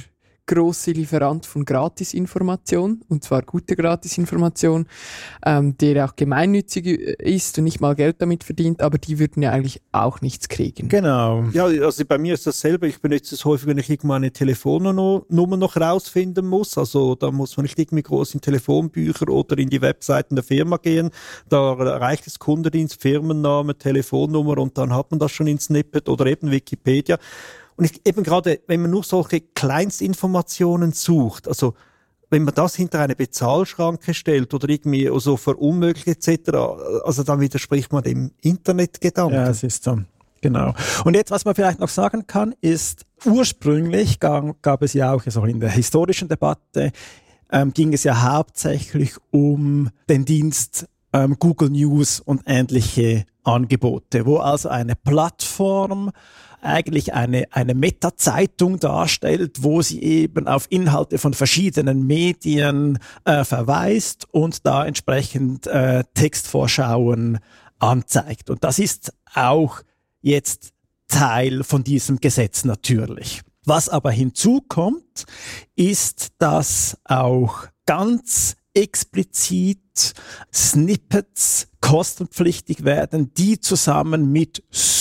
grosse Lieferant von Gratisinformation, und zwar gute Gratisinformation, ähm, der auch gemeinnützig ist und nicht mal Geld damit verdient, aber die würden ja eigentlich auch nichts kriegen. Genau. Ja, also bei mir ist dasselbe. Ich benutze es häufig, wenn ich irgendwo eine Telefonnummer noch rausfinden muss. Also da muss man nicht irgendwie groß in Telefonbücher oder in die Webseiten der Firma gehen. Da reicht es Kundendienst, Firmenname, Telefonnummer und dann hat man das schon in Snippet oder eben Wikipedia. Und ich, eben gerade, wenn man nur solche Kleinstinformationen sucht, also wenn man das hinter eine Bezahlschranke stellt oder irgendwie so verunmöglicht et cetera, also dann widerspricht man dem Internetgedanken. Ja, es ist so. Genau. Und jetzt, was man vielleicht noch sagen kann, ist, ursprünglich gab, gab es ja auch so in der historischen Debatte, ähm, ging es ja hauptsächlich um den Dienst ähm, Google News und ähnliche Angebote, wo also eine Plattform eigentlich eine, eine Meta-Zeitung darstellt, wo sie eben auf Inhalte von verschiedenen Medien äh, verweist und da entsprechend äh, Textvorschauen anzeigt. Und das ist auch jetzt Teil von diesem Gesetz natürlich. Was aber hinzukommt, ist, dass auch ganz explizit Snippets kostenpflichtig werden, die zusammen mit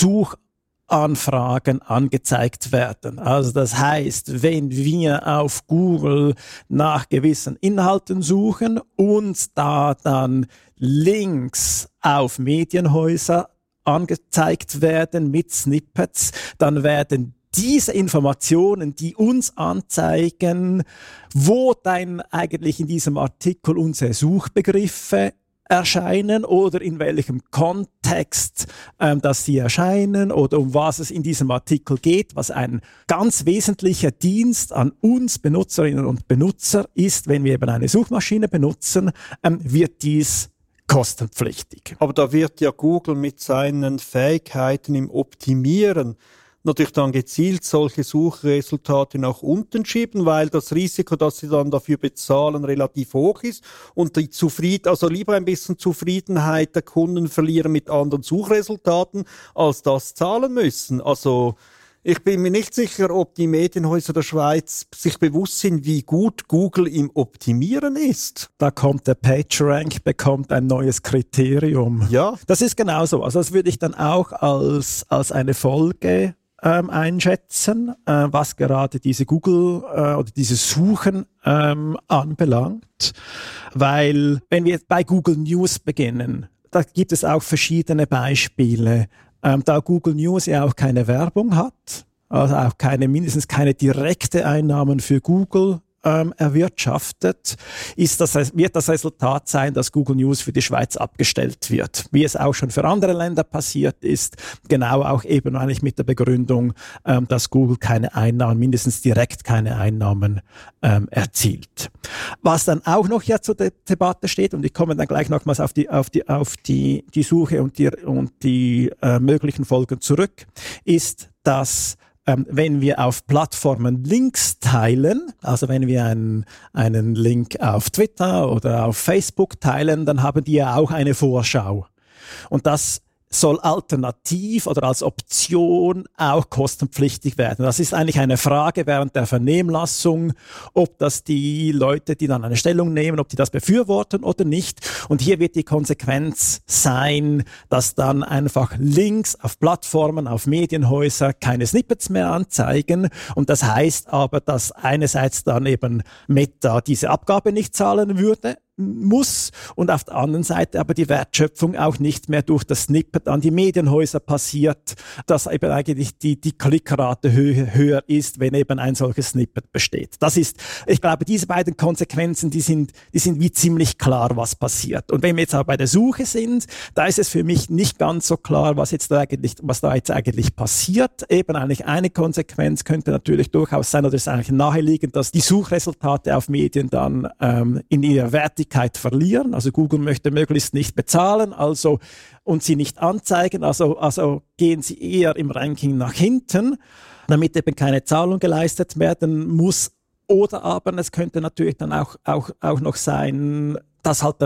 Suchanfragen angezeigt werden. Also das heißt, wenn wir auf Google nach gewissen Inhalten suchen und da dann Links auf Medienhäuser angezeigt werden mit Snippets, dann werden diese Informationen, die uns anzeigen, wo dann eigentlich in diesem Artikel unsere Suchbegriffe erscheinen oder in welchem Kontext ähm, dass sie erscheinen oder um was es in diesem Artikel geht, was ein ganz wesentlicher Dienst an uns Benutzerinnen und Benutzer ist, wenn wir eben eine Suchmaschine benutzen, ähm, wird dies kostenpflichtig. Aber da wird ja Google mit seinen Fähigkeiten im Optimieren natürlich dann gezielt solche Suchresultate nach unten schieben, weil das Risiko, dass sie dann dafür bezahlen, relativ hoch ist und die Zufrieden, also lieber ein bisschen Zufriedenheit der Kunden verlieren mit anderen Suchresultaten, als das zahlen müssen. Also ich bin mir nicht sicher, ob die Medienhäuser der Schweiz sich bewusst sind, wie gut Google im Optimieren ist. Da kommt der PageRank, bekommt ein neues Kriterium. Ja. Das ist genauso. Also das würde ich dann auch als, als eine Folge ähm, einschätzen, äh, was gerade diese Google äh, oder diese Suchen ähm, anbelangt. Weil, wenn wir jetzt bei Google News beginnen, da gibt es auch verschiedene Beispiele. Ähm, da Google News ja auch keine Werbung hat, also auch keine, mindestens keine direkte Einnahmen für Google ähm, erwirtschaftet, ist das, wird das Resultat sein, dass Google News für die Schweiz abgestellt wird. Wie es auch schon für andere Länder passiert ist, genau auch eben eigentlich mit der Begründung, ähm, dass Google keine Einnahmen, mindestens direkt keine Einnahmen ähm, erzielt. Was dann auch noch ja zur De- Debatte steht, und ich komme dann gleich nochmals auf die, auf die, auf die, die Suche und die, und die äh, möglichen Folgen zurück, ist, dass Ähm, wenn wir auf Plattformen Links teilen, also wenn wir einen, einen Link auf Twitter oder auf Facebook teilen, dann haben die ja auch eine Vorschau. Und das soll alternativ oder als Option auch kostenpflichtig werden. Das ist eigentlich eine Frage während der Vernehmlassung, ob das die Leute, die dann eine Stellung nehmen, ob die das befürworten oder nicht. Und hier wird die Konsequenz sein, dass dann einfach Links auf Plattformen, auf Medienhäuser keine Snippets mehr anzeigen. Und das heißt aber, dass einerseits dann eben Meta diese Abgabe nicht zahlen würde, muss und auf der anderen Seite aber die Wertschöpfung auch nicht mehr durch das Snippet an die Medienhäuser passiert, dass eben eigentlich die, die Klickrate höher, höher ist, wenn eben ein solches Snippet besteht. Das ist, ich glaube, diese beiden Konsequenzen, die sind, die sind wie ziemlich klar, was passiert. Und wenn wir jetzt aber bei der Suche sind, da ist es für mich nicht ganz so klar, was jetzt da eigentlich, was da jetzt eigentlich passiert. Eben eigentlich eine Konsequenz könnte natürlich durchaus sein, oder ist eigentlich naheliegend, dass die Suchresultate auf Medien dann ähm, in ihrer Wertigkeit verlieren. Also Google möchte möglichst nicht bezahlen, also und sie nicht anzeigen, also, also gehen sie eher im Ranking nach hinten, damit eben keine Zahlung geleistet werden muss. Oder aber es könnte natürlich dann auch, auch, auch noch sein, dass halt dann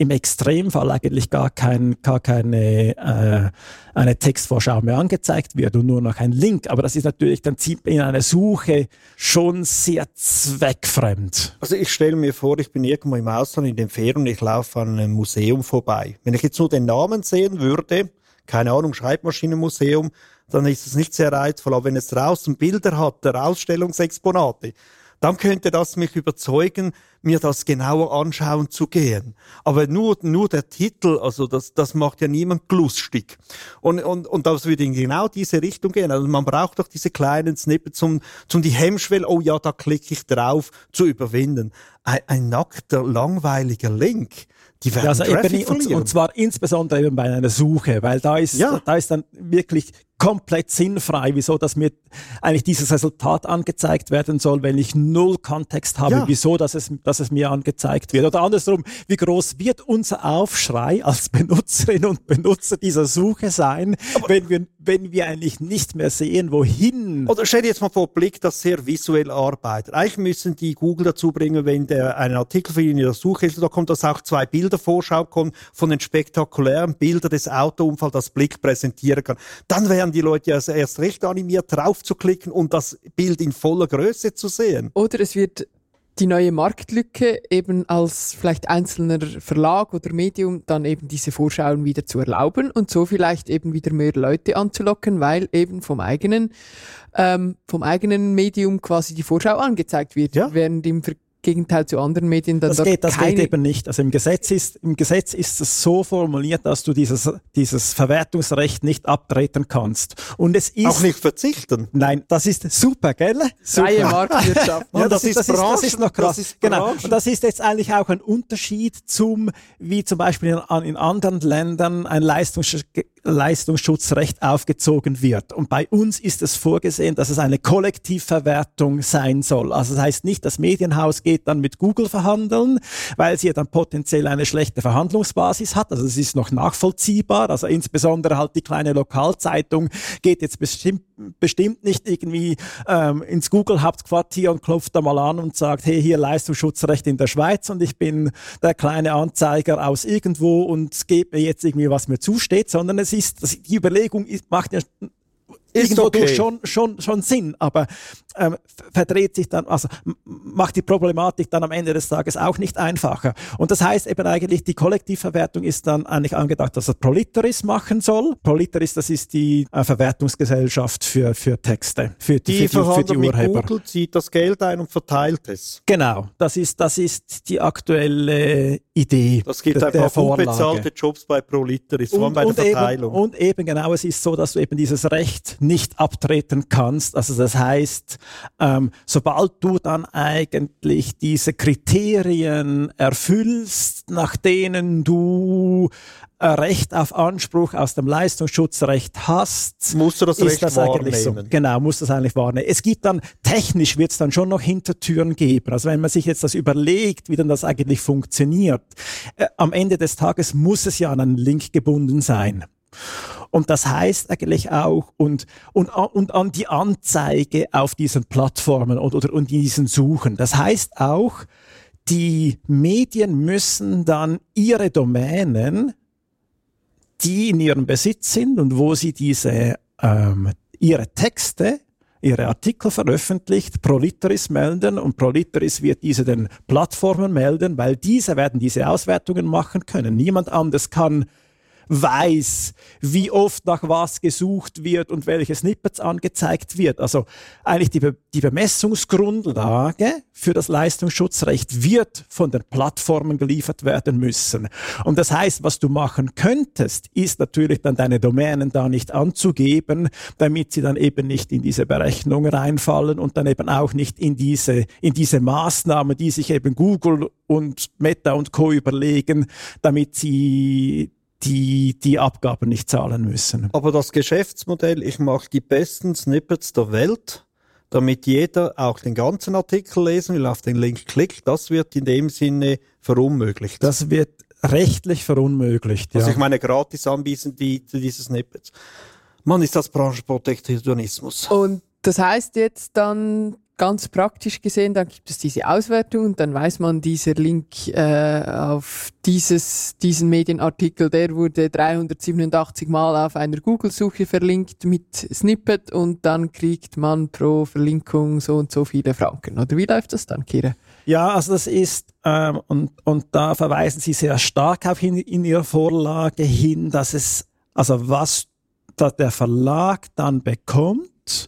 im Extremfall eigentlich gar, kein, gar keine äh, eine Textvorschau mehr angezeigt wird und nur noch ein Link. Aber das ist natürlich dann in einer Suche schon sehr zweckfremd. Also ich stelle mir vor, ich bin irgendwo im Ausland in den Ferien und ich laufe an einem Museum vorbei. Wenn ich jetzt nur den Namen sehen würde, keine Ahnung, Schreibmaschinenmuseum, dann ist es nicht sehr reizvoll. Aber wenn es draußen Bilder hat, der Ausstellungsexponate, dann könnte das mich überzeugen, mir das genauer anschauen zu gehen. Aber nur, nur der Titel, also das, das macht ja niemand lustig. Und, und, und das würde in genau diese Richtung gehen. Also man braucht doch diese kleinen Snippets, um, um die Hemmschwelle, oh ja, da klicke ich drauf, zu überwinden. Ein, ein nackter, langweiliger Link. Die werden also Traffic eben, und, verlieren. und zwar insbesondere eben bei einer Suche, weil da ist, ja. da ist dann wirklich komplett sinnfrei, wieso dass mir eigentlich dieses Resultat angezeigt werden soll, wenn ich null Kontext habe, Ja. wieso dass es, dass es mir angezeigt wird. Oder andersrum, wie groß wird unser Aufschrei als Benutzerinnen und Benutzer dieser Suche sein, wenn wir, wenn wir eigentlich nicht mehr sehen, wohin. Oder stell dir jetzt mal vor, Blick, das sehr visuell arbeitet. Eigentlich müssen die Google dazu bringen, wenn der ein Artikel für ihn in der Suche ist, da kommt, dass auch zwei Bilder Vorschau kommen von den spektakulären Bildern des Autounfalls, das Blick präsentieren kann. Dann wären die Leute ja erst recht animiert, drauf zu klicken und das Bild in voller Größe zu sehen. Oder es wird die neue Marktlücke eben als vielleicht einzelner Verlag oder Medium dann eben diese Vorschauen wieder zu erlauben und so vielleicht eben wieder mehr Leute anzulocken, weil eben vom eigenen, ähm, vom eigenen Medium quasi die Vorschau angezeigt wird, Ja. während im Ver- Gegenteil zu anderen Medien dann Das dort geht, das keine... geht eben nicht. Also im Gesetz ist, im Gesetz ist es so formuliert, dass du dieses, dieses Verwertungsrecht nicht abtreten kannst. Und es ist... Auch nicht verzichten. Nein, das ist super, gell? freie Super. Marktwirtschaft. Ja, das, das ist, das, ist ist, das Branchen- ist noch krass. das ist genau. Branchen. Und das ist jetzt eigentlich auch ein Unterschied zum, wie zum Beispiel in, in anderen Ländern ein Leistungs Leistungsschutzrecht aufgezogen wird. Und bei uns ist es vorgesehen, dass es eine Kollektivverwertung sein soll. Also das heißt nicht, das Medienhaus geht dann mit Google verhandeln, weil sie ja dann potenziell eine schlechte Verhandlungsbasis hat. Also es ist noch nachvollziehbar. Also insbesondere halt die kleine Lokalzeitung geht jetzt bestimmt, bestimmt nicht irgendwie ähm, ins Google-Hauptquartier und klopft da mal an und sagt, hey, hier Leistungsschutzrecht in der Schweiz und ich bin der kleine Anzeiger aus irgendwo und gebe mir jetzt irgendwie, was mir zusteht, sondern es ist, das, die Überlegung ist, macht ja irgendwo okay. durch schon, schon, schon Sinn, aber ähm, verdreht sich dann, also m- macht die Problematik dann am Ende des Tages auch nicht einfacher. Und das heißt eben eigentlich, die Kollektivverwertung ist dann eigentlich angedacht, dass das Proliteris machen soll. Proliteris, das ist die äh, Verwertungsgesellschaft für, für Texte, für die, Die für, die, für die verhandelt mit Urheber. Google, zieht das Geld ein und verteilt es. Genau, das ist, das ist die aktuelle Idee Das gibt der, ein der paar gut Vorlage. bezahlte Jobs bei Proliteris, vor allem Und, bei und, der eben, Verteilung. und eben genau, es ist so, dass du eben dieses Recht nicht abtreten kannst. Also das heißt, ähm, sobald du dann eigentlich diese Kriterien erfüllst, nach denen du äh, Recht auf Anspruch aus dem Leistungsschutzrecht hast, Musst du das ist Recht das eigentlich so. wahrnehmen. Genau, muss das eigentlich wahrnehmen. Es gibt dann, technisch wird es dann schon noch Hintertüren geben. Also wenn man sich jetzt das überlegt, wie denn das eigentlich funktioniert, äh, am Ende des Tages muss es ja an einen Link gebunden sein. Und das heißt eigentlich auch, und, und, und an die Anzeige auf diesen Plattformen oder, oder und diesen Suchen. Das heißt auch, die Medien müssen dann ihre Domänen, die in ihrem Besitz sind und wo sie diese, ähm, ihre Texte, ihre Artikel veröffentlicht, Proliteris melden und Proliteris wird diese den Plattformen melden, weil diese werden diese Auswertungen machen können. Niemand anders kann weiß, wie oft nach was gesucht wird und welche Snippets angezeigt wird. Also eigentlich die, Be- die Bemessungsgrundlage für das Leistungsschutzrecht wird von den Plattformen geliefert werden müssen. Und das heißt, was du machen könntest, ist natürlich dann deine Domänen da nicht anzugeben, damit sie dann eben nicht in diese Berechnung reinfallen und dann eben auch nicht in diese, in diese Maßnahmen, die sich eben Google und Meta und Co. überlegen, damit sie die die Abgaben nicht zahlen müssen. Aber das Geschäftsmodell, ich mache die besten Snippets der Welt, damit jeder auch den ganzen Artikel lesen will, auf den Link klickt, das wird in dem Sinne verunmöglicht. Das wird rechtlich verunmöglicht. Also Ja. ich meine, gratis anbieten die, diese Snippets. Man, ist das Branchenprotektionismus. Und das heißt jetzt dann, ganz praktisch gesehen, dann gibt es diese Auswertung und dann weiß man, dieser Link äh, auf dieses, diesen Medienartikel, der wurde dreihundertsiebenundachtzig Mal auf einer Google-Suche verlinkt mit Snippet und dann kriegt man pro Verlinkung so und so viele Franken. Oder wie läuft das dann, Kira? Ja, also das ist, ähm, und, und da verweisen Sie sehr stark auf in, in Ihrer Vorlage hin, dass es, also was da der Verlag dann bekommt,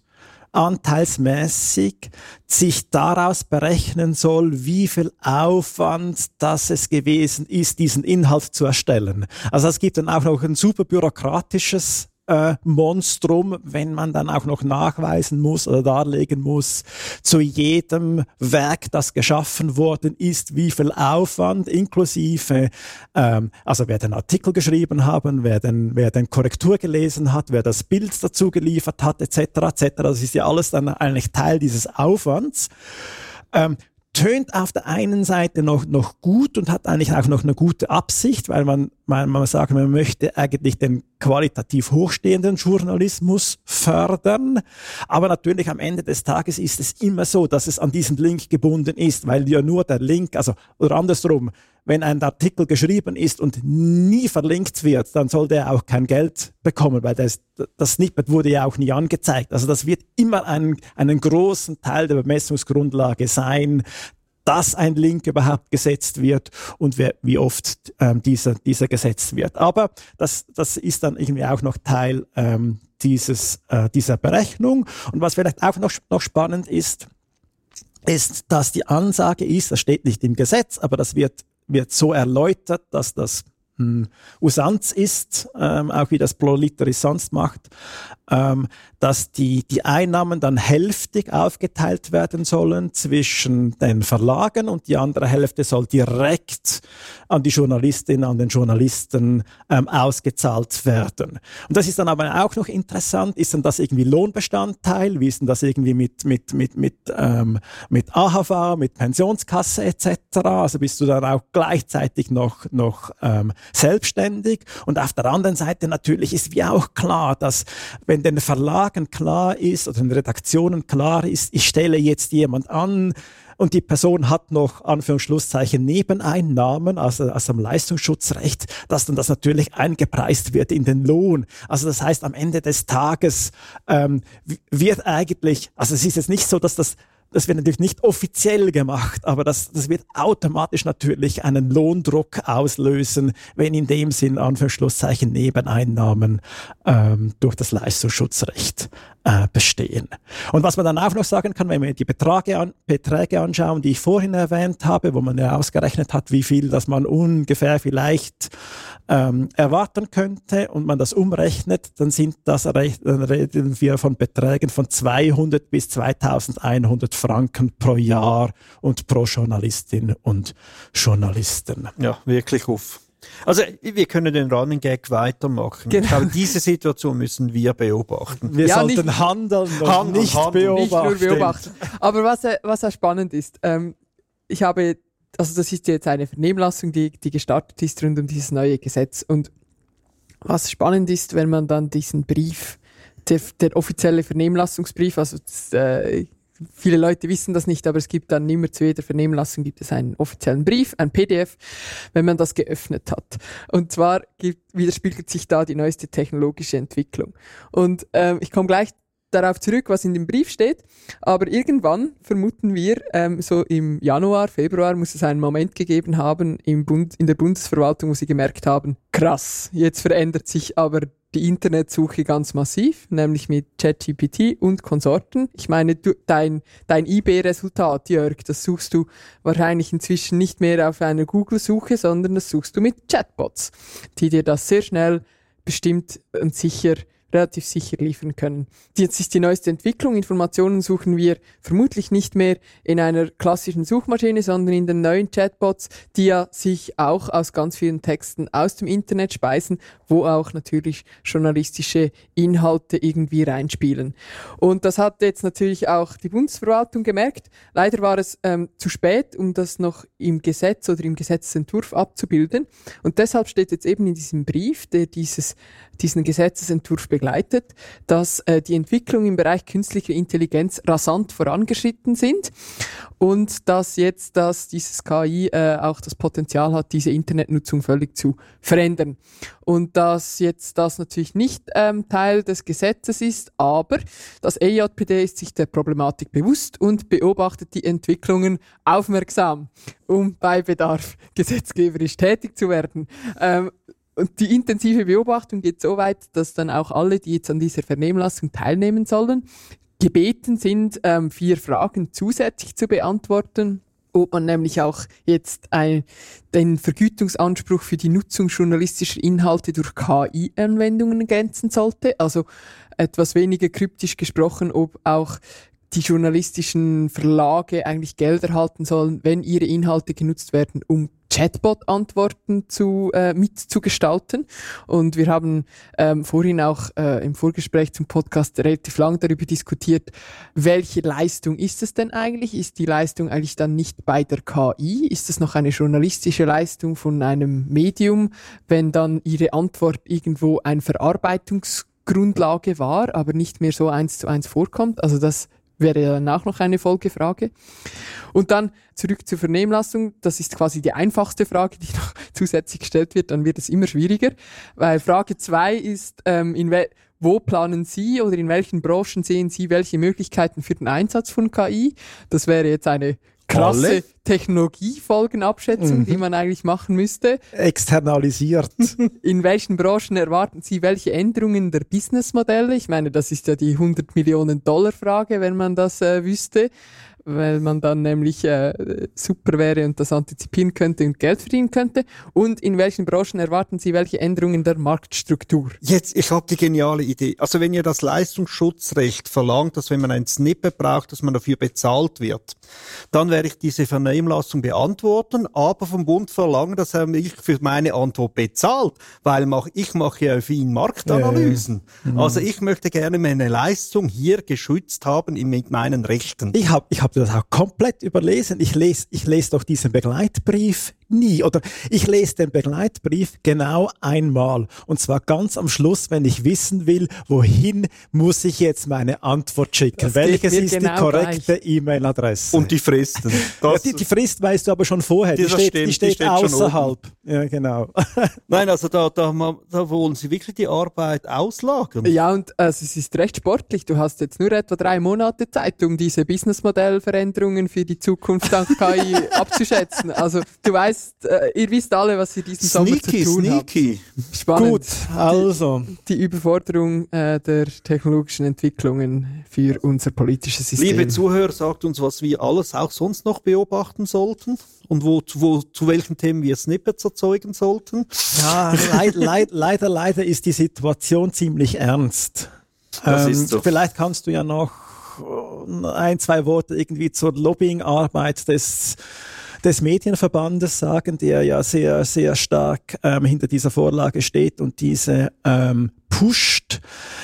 anteilsmäßig sich daraus berechnen soll, wie viel Aufwand das es gewesen ist, diesen Inhalt zu erstellen. Also es gibt dann auch noch ein super bürokratisches Äh, Monstrum, wenn man dann auch noch nachweisen muss oder darlegen muss, zu jedem Werk, das geschaffen worden ist, wie viel Aufwand, inklusive, ähm, also wer den Artikel geschrieben haben, wer den, wer den Korrektur gelesen hat, wer das Bild dazu geliefert hat, et cetera et cetera. Das ist ja alles dann eigentlich Teil dieses Aufwands. Ähm, tönt auf der einen Seite noch, noch gut und hat eigentlich auch noch eine gute Absicht, weil man, man, man sagt, man möchte eigentlich den qualitativ hochstehenden Journalismus fördern. Aber natürlich am Ende des Tages ist es immer so, dass es an diesen Link gebunden ist, weil ja nur der Link, also, oder andersrum, wenn ein Artikel geschrieben ist und nie verlinkt wird, dann soll der auch kein Geld bekommen, weil das, das Snippet wurde ja auch nie angezeigt. Also das wird immer einen, einen großen Teil der Bemessungsgrundlage sein, dass ein Link überhaupt gesetzt wird und wie, wie oft ähm, dieser, dieser gesetzt wird. Aber das, das ist dann irgendwie auch noch Teil ähm, dieses, äh, dieser Berechnung. Und was vielleicht auch noch, noch spannend ist, ist, dass die Ansage ist, das steht nicht im Gesetz, aber das wird wird so erläutert, dass das hm, Usanz ist, ähm, auch wie das Proliteris sonst macht, ähm, dass die, die Einnahmen dann hälftig aufgeteilt werden sollen zwischen den Verlagen und die andere Hälfte soll direkt an die Journalistinnen, an den Journalisten ähm, ausgezahlt werden. Und das ist dann aber auch noch interessant, ist denn das irgendwie Lohnbestandteil, wie ist denn das irgendwie mit, mit, mit, mit, ähm, mit A H V, mit Pensionskasse et cetera. Also bist du dann auch gleichzeitig noch, noch ähm, selbstständig. Und auf der anderen Seite natürlich ist wie auch klar, dass wenn den Verlagen klar ist oder den Redaktionen klar ist, ich stelle jetzt jemand an und die Person hat noch, Anführungsschlusszeichen, Nebeneinnahmen, also, also am Leistungsschutzrecht, dass dann das natürlich eingepreist wird in den Lohn. Also das heißt, am Ende des Tages ähm, wird eigentlich, also es ist jetzt nicht so, dass das Das wird natürlich nicht offiziell gemacht, aber das, das wird automatisch natürlich einen Lohndruck auslösen, wenn in dem Sinn Anführungsschlusszeichen Nebeneinnahmen ähm, durch das Leistungsschutzrecht äh, bestehen. Und was man dann auch noch sagen kann, wenn wir die Beträge, an, Beträge anschauen, die ich vorhin erwähnt habe, wo man ja ausgerechnet hat, wie viel das man ungefähr vielleicht ähm, erwarten könnte und man das umrechnet, dann sind das, dann reden wir von Beträgen von zweihundert bis zweitausendeinhundert Franken pro Jahr und pro Journalistin und Journalisten. Ja, wirklich uff. Also wir können den Running Gag weitermachen. Genau. Ich glaube, diese Situation müssen wir beobachten. Wir Ja, sollten nicht- handeln und Handeln, nicht handeln. beobachten. Nicht nur beobachten. Aber was, äh, was auch spannend ist, ähm, ich habe, also das ist jetzt eine Vernehmlassung, die, die gestartet ist rund um dieses neue Gesetz. Und was spannend ist, wenn man dann diesen Brief, der, der offizielle Vernehmlassungsbrief, also das, äh, viele Leute wissen das nicht, aber es gibt dann immer zu jeder Vernehmlassung gibt es einen offiziellen Brief, ein P D F, wenn man das geöffnet hat. Und zwar gibt, widerspiegelt sich da die neueste technologische Entwicklung. Und ähm, ich komme gleich darauf zurück, was in dem Brief steht, aber irgendwann vermuten wir, ähm, so im Januar, Februar muss es einen Moment gegeben haben im Bund, in der Bundesverwaltung, wo sie gemerkt haben, krass, jetzt verändert sich aber die Internetsuche ganz massiv, nämlich mit ChatGPT und Konsorten. Ich meine, du, dein, dein I B-Resultat, Jörg, das suchst du wahrscheinlich inzwischen nicht mehr auf einer Google-Suche, sondern das suchst du mit Chatbots, die dir das sehr schnell bestimmt und sicher relativ sicher liefern können. Jetzt ist die neueste Entwicklung. Informationen suchen wir vermutlich nicht mehr in einer klassischen Suchmaschine, sondern in den neuen Chatbots, die ja sich auch aus ganz vielen Texten aus dem Internet speisen, wo auch natürlich journalistische Inhalte irgendwie reinspielen. Und das hat jetzt natürlich auch die Bundesverwaltung gemerkt. Leider war es ähm, zu spät, um das noch im Gesetz oder im Gesetzesentwurf abzubilden. Und deshalb steht jetzt eben in diesem Brief, der dieses, diesen Gesetzesentwurf begleitet, begleitet, dass äh, die Entwicklungen im Bereich künstlicher Intelligenz rasant vorangeschritten sind und dass jetzt dass dieses K I äh, auch das Potenzial hat, diese Internetnutzung völlig zu verändern. Und dass jetzt das natürlich nicht ähm, Teil des Gesetzes ist, aber das E J P D ist sich der Problematik bewusst und beobachtet die Entwicklungen aufmerksam, um bei Bedarf gesetzgeberisch tätig zu werden. Ähm, und die intensive Beobachtung geht so weit, dass dann auch alle, die jetzt an dieser Vernehmlassung teilnehmen sollen, gebeten sind, ähm, vier Fragen zusätzlich zu beantworten, ob man nämlich auch jetzt ein, den Vergütungsanspruch für die Nutzung journalistischer Inhalte durch K I-Anwendungen ergänzen sollte. Also etwas weniger kryptisch gesprochen, ob auch die journalistischen Verlage eigentlich Geld erhalten sollen, wenn ihre Inhalte genutzt werden, um Chatbot-Antworten zu, äh, mitzugestalten. Und wir haben ähm, vorhin auch äh, im Vorgespräch zum Podcast relativ lang darüber diskutiert, welche Leistung ist es denn eigentlich? Ist die Leistung eigentlich dann nicht bei der K I? Ist es noch eine journalistische Leistung von einem Medium, wenn dann ihre Antwort irgendwo ein Verarbeitungsgrundlage war, aber nicht mehr so eins zu eins vorkommt? Also das wäre ja dann auch noch eine Folgefrage. Und dann zurück zur Vernehmlassung. Das ist quasi die einfachste Frage, die noch zusätzlich gestellt wird. Dann wird es immer schwieriger. Weil Frage zwei ist, ähm, in wel- wo planen Sie oder in welchen Branchen sehen Sie welche Möglichkeiten für den Einsatz von K I? Das wäre jetzt eine krasse Alle? Technologiefolgenabschätzung, Mhm. die man eigentlich machen müsste. Externalisiert. In welchen Branchen erwarten Sie welche Änderungen der Businessmodelle? Ich meine, das ist ja die hundert Millionen Dollar Frage, wenn man das äh, wüsste, weil man dann nämlich äh, super wäre und das antizipieren könnte und Geld verdienen könnte. Und in welchen Branchen erwarten Sie welche Änderungen der Marktstruktur? Jetzt, ich habe die geniale Idee. Also wenn ihr das Leistungsschutzrecht verlangt, dass wenn man ein Snippet braucht, dass man dafür bezahlt wird, dann werde ich diese Vernehmlassung beantworten, aber vom Bund verlangen, dass er mich für meine Antwort bezahlt, weil mach, ich mache ja für ihn Marktanalysen. Ja, ja. Also ich möchte gerne meine Leistung hier geschützt haben mit meinen Rechten. Ich habe ich hab das auch komplett überlesen. Ich lese ich lese doch diesen Begleitbrief nie. Oder ich lese den Begleitbrief genau einmal. Und zwar ganz am Schluss, wenn ich wissen will, wohin muss ich jetzt meine Antwort schicken. Das Welches geht mir ist genau die korrekte E-Mail-Adresse? Und die Fristen. ja, Das, die, die Frist weißt du aber schon vorher. Die, Die- das steht, stimmt, die steht, die steht schon außerhalb. Ja, genau. Nein, also da, da, da wollen Sie wirklich die Arbeit auslagern. Ja, und also, es ist recht sportlich. Du hast jetzt nur etwa drei Monate Zeit, um diese Businessmodellveränderungen für die Zukunft dank K I abzuschätzen. Also du weißt, äh, ihr wisst alle, was ihr diesen Sommer zu Sneaky, tun sneaky. habt. Spannend. Gut, also. Die Überforderung äh, der technologischen Entwicklungen für unser politisches System. Liebe Zuhörer, sagt uns, was wir alles auch sonst noch beobachten sollten und wo, wo, zu welchen Themen wir Snippets erzeugen sollten. Ja, leid, leid, leider, leider ist die Situation ziemlich ernst. Das ist so. Vielleicht kannst du ja noch ein, zwei Worte irgendwie zur Lobbyingarbeit des des Medienverbandes sagen, der ja sehr, sehr stark ähm, hinter dieser Vorlage steht und diese ähm, pusht.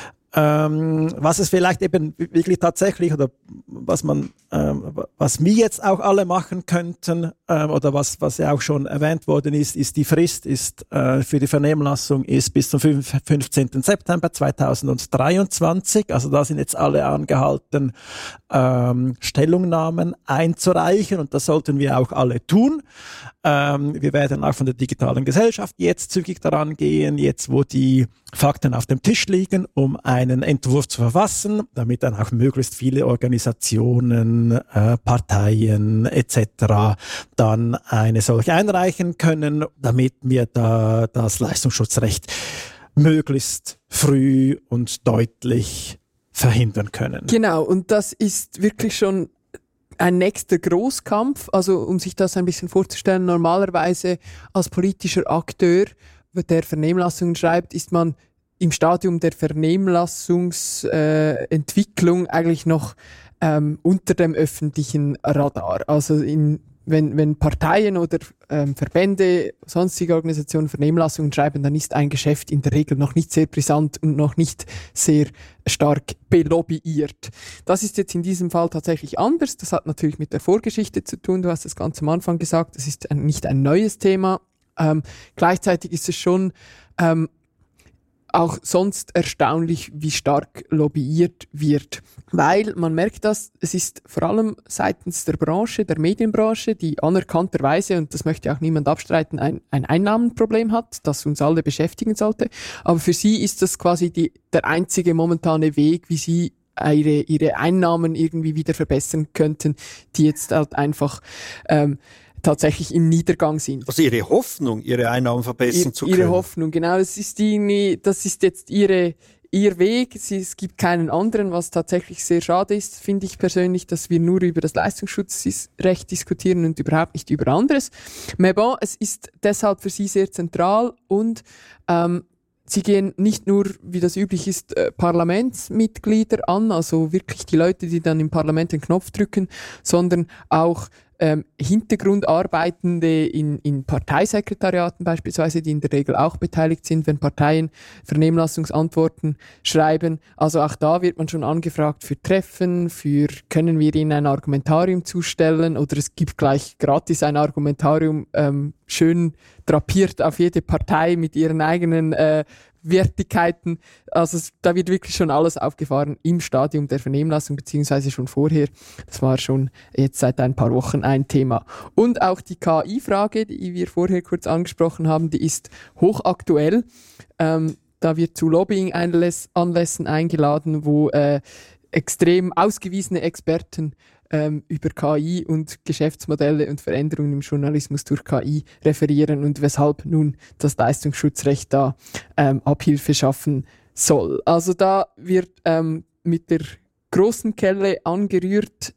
Ähm, was es vielleicht eben wirklich tatsächlich oder was man, ähm, was wir jetzt auch alle machen könnten ähm, oder was was ja auch schon erwähnt worden ist, ist die Frist ist äh, für die Vernehmlassung ist bis zum fünfzehnten September zweitausenddreiundzwanzig. Also da sind jetzt alle angehalten, ähm, Stellungnahmen einzureichen und das sollten wir auch alle tun. Ähm, wir werden auch von der digitalen Gesellschaft jetzt zügig daran gehen, jetzt wo die Fakten auf dem Tisch liegen, um einen Entwurf zu verfassen, damit dann auch möglichst viele Organisationen, äh, Parteien et cetera dann eine solche einreichen können, damit wir da das Leistungsschutzrecht möglichst früh und deutlich verhindern können. Genau, und das ist wirklich schon ein nächster Großkampf. Also um sich das ein bisschen vorzustellen, normalerweise als politischer Akteur, der Vernehmlassungen schreibt, ist man im Stadium der Vernehmlassungsentwicklung äh, eigentlich noch ähm, unter dem öffentlichen Radar. Also in, wenn, wenn Parteien oder ähm, Verbände, sonstige Organisationen Vernehmlassungen schreiben, dann ist ein Geschäft in der Regel noch nicht sehr brisant und noch nicht sehr stark belobbyiert. Das ist jetzt in diesem Fall tatsächlich anders. Das hat natürlich mit der Vorgeschichte zu tun. Du hast es ganz am Anfang gesagt, das ist ein, nicht ein neues Thema. Ähm, gleichzeitig ist es schon ähm, auch sonst erstaunlich, wie stark lobbyiert wird. Weil man merkt das, es ist vor allem seitens der Branche, der Medienbranche, die anerkannterweise, und das möchte auch niemand abstreiten, ein, ein Einnahmenproblem hat, das uns alle beschäftigen sollte. Aber für sie ist das quasi die, der einzige momentane Weg, wie sie ihre, ihre Einnahmen irgendwie wieder verbessern könnten, die jetzt halt einfach ähm, tatsächlich im Niedergang sind. Also ihre Hoffnung, ihre Einnahmen verbessern Ihr, zu können. Ihre Hoffnung, genau. Das ist, die, das ist jetzt ihre, ihr Weg. Sie, es gibt keinen anderen, was tatsächlich sehr schade ist, finde ich persönlich, dass wir nur über das Leistungsschutzrecht diskutieren und überhaupt nicht über anderes. Mais bon, es ist deshalb für sie sehr zentral und ähm, sie gehen nicht nur, wie das üblich ist, äh, Parlamentsmitglieder an, also wirklich die Leute, die dann im Parlament den Knopf drücken, sondern auch ähm, Hintergrundarbeitende in, in Parteisekretariaten beispielsweise, die in der Regel auch beteiligt sind, wenn Parteien Vernehmlassungsantworten schreiben. Also auch da wird man schon angefragt für Treffen, für können wir ihnen ein Argumentarium zustellen oder es gibt gleich gratis ein Argumentarium, ähm, schön drapiert auf jede Partei mit ihren eigenen äh, Wertigkeiten. Also es, da wird wirklich schon alles aufgefahren im Stadium der Vernehmlassung, beziehungsweise schon vorher. Das war schon jetzt seit ein paar Wochen ein Thema. Und auch die K I-Frage, die wir vorher kurz angesprochen haben, die ist hochaktuell. Ähm, da wird zu Lobbying-Anlässen eingeladen, wo äh, extrem ausgewiesene Experten ähm, über K I und Geschäftsmodelle und Veränderungen im Journalismus durch K I referieren und weshalb nun das Leistungsschutzrecht da ähm, Abhilfe schaffen soll. Also da wird ähm, mit der großen Kelle angerührt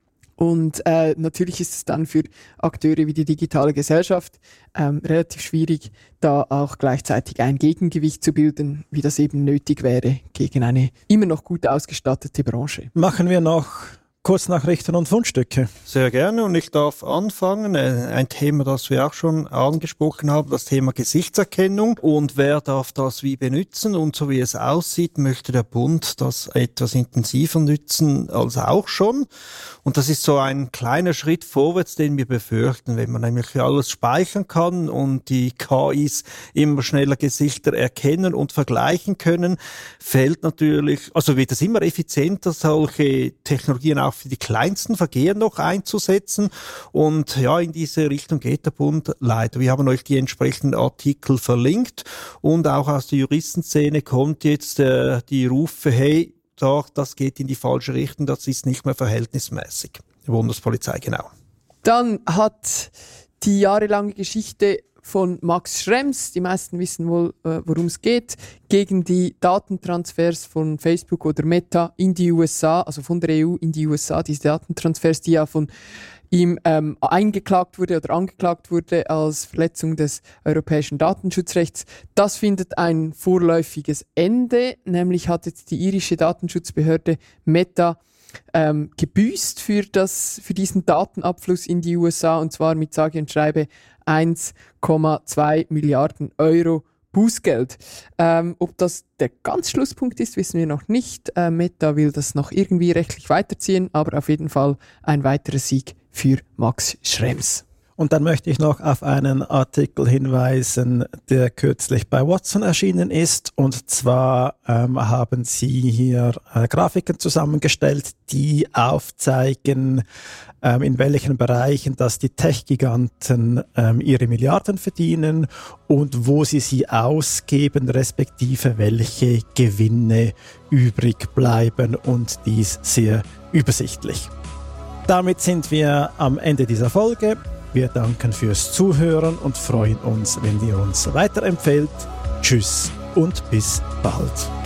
und äh, natürlich ist es dann für Akteure wie die digitale Gesellschaft ähm, relativ schwierig, da auch gleichzeitig ein Gegengewicht zu bilden, wie das eben nötig wäre gegen eine immer noch gut ausgestattete Branche. Machen wir noch Kurznachrichten und Fundstücke. Sehr gerne und ich darf anfangen. Ein Thema, das wir auch schon angesprochen haben, das Thema Gesichtserkennung und wer darf das wie benutzen und so wie es aussieht, möchte der Bund das etwas intensiver nutzen als auch schon und das ist so ein kleiner Schritt vorwärts, den wir befürchten, wenn man nämlich alles speichern kann und die K Is immer schneller Gesichter erkennen und vergleichen können, fällt natürlich, also wird es immer effizienter, solche Technologien auch für die kleinsten Vergehen noch einzusetzen. Und ja, in diese Richtung geht der Bund leider. Wir haben euch die entsprechenden Artikel verlinkt und auch aus der Juristenszene kommt jetzt äh, die Rufe, hey, doch, das geht in die falsche Richtung, das ist nicht mehr verhältnismäßig. Die Bundespolizei, genau. Dann hat die jahrelange Geschichte von Max Schrems, die meisten wissen wohl, äh, worum es geht, gegen die Datentransfers von Facebook oder Meta in die U S A, also von der E U in die U S A, diese Datentransfers, die ja von ihm ähm, eingeklagt wurde oder angeklagt wurde als Verletzung des europäischen Datenschutzrechts. Das findet ein vorläufiges Ende, nämlich hat jetzt die irische Datenschutzbehörde Meta ähm, gebüßt für, das, für diesen Datenabfluss in die U S A und zwar mit sage und schreibe eins Komma zwei Milliarden Euro Bußgeld. Ähm, ob das der ganz Schlusspunkt ist, wissen wir noch nicht. Äh, Meta will das noch irgendwie rechtlich weiterziehen, aber auf jeden Fall ein weiterer Sieg für Max Schrems. Und dann möchte ich noch auf einen Artikel hinweisen, der kürzlich bei Watson erschienen ist. Und zwar ähm, haben sie hier äh, Grafiken zusammengestellt, die aufzeigen, ähm, in welchen Bereichen dass die Tech-Giganten ähm, ihre Milliarden verdienen und wo sie sie ausgeben, respektive welche Gewinne übrig bleiben und dies sehr übersichtlich. Damit sind wir am Ende dieser Folge. Wir danken fürs Zuhören und freuen uns, wenn ihr uns weiterempfehlt. Tschüss und bis bald.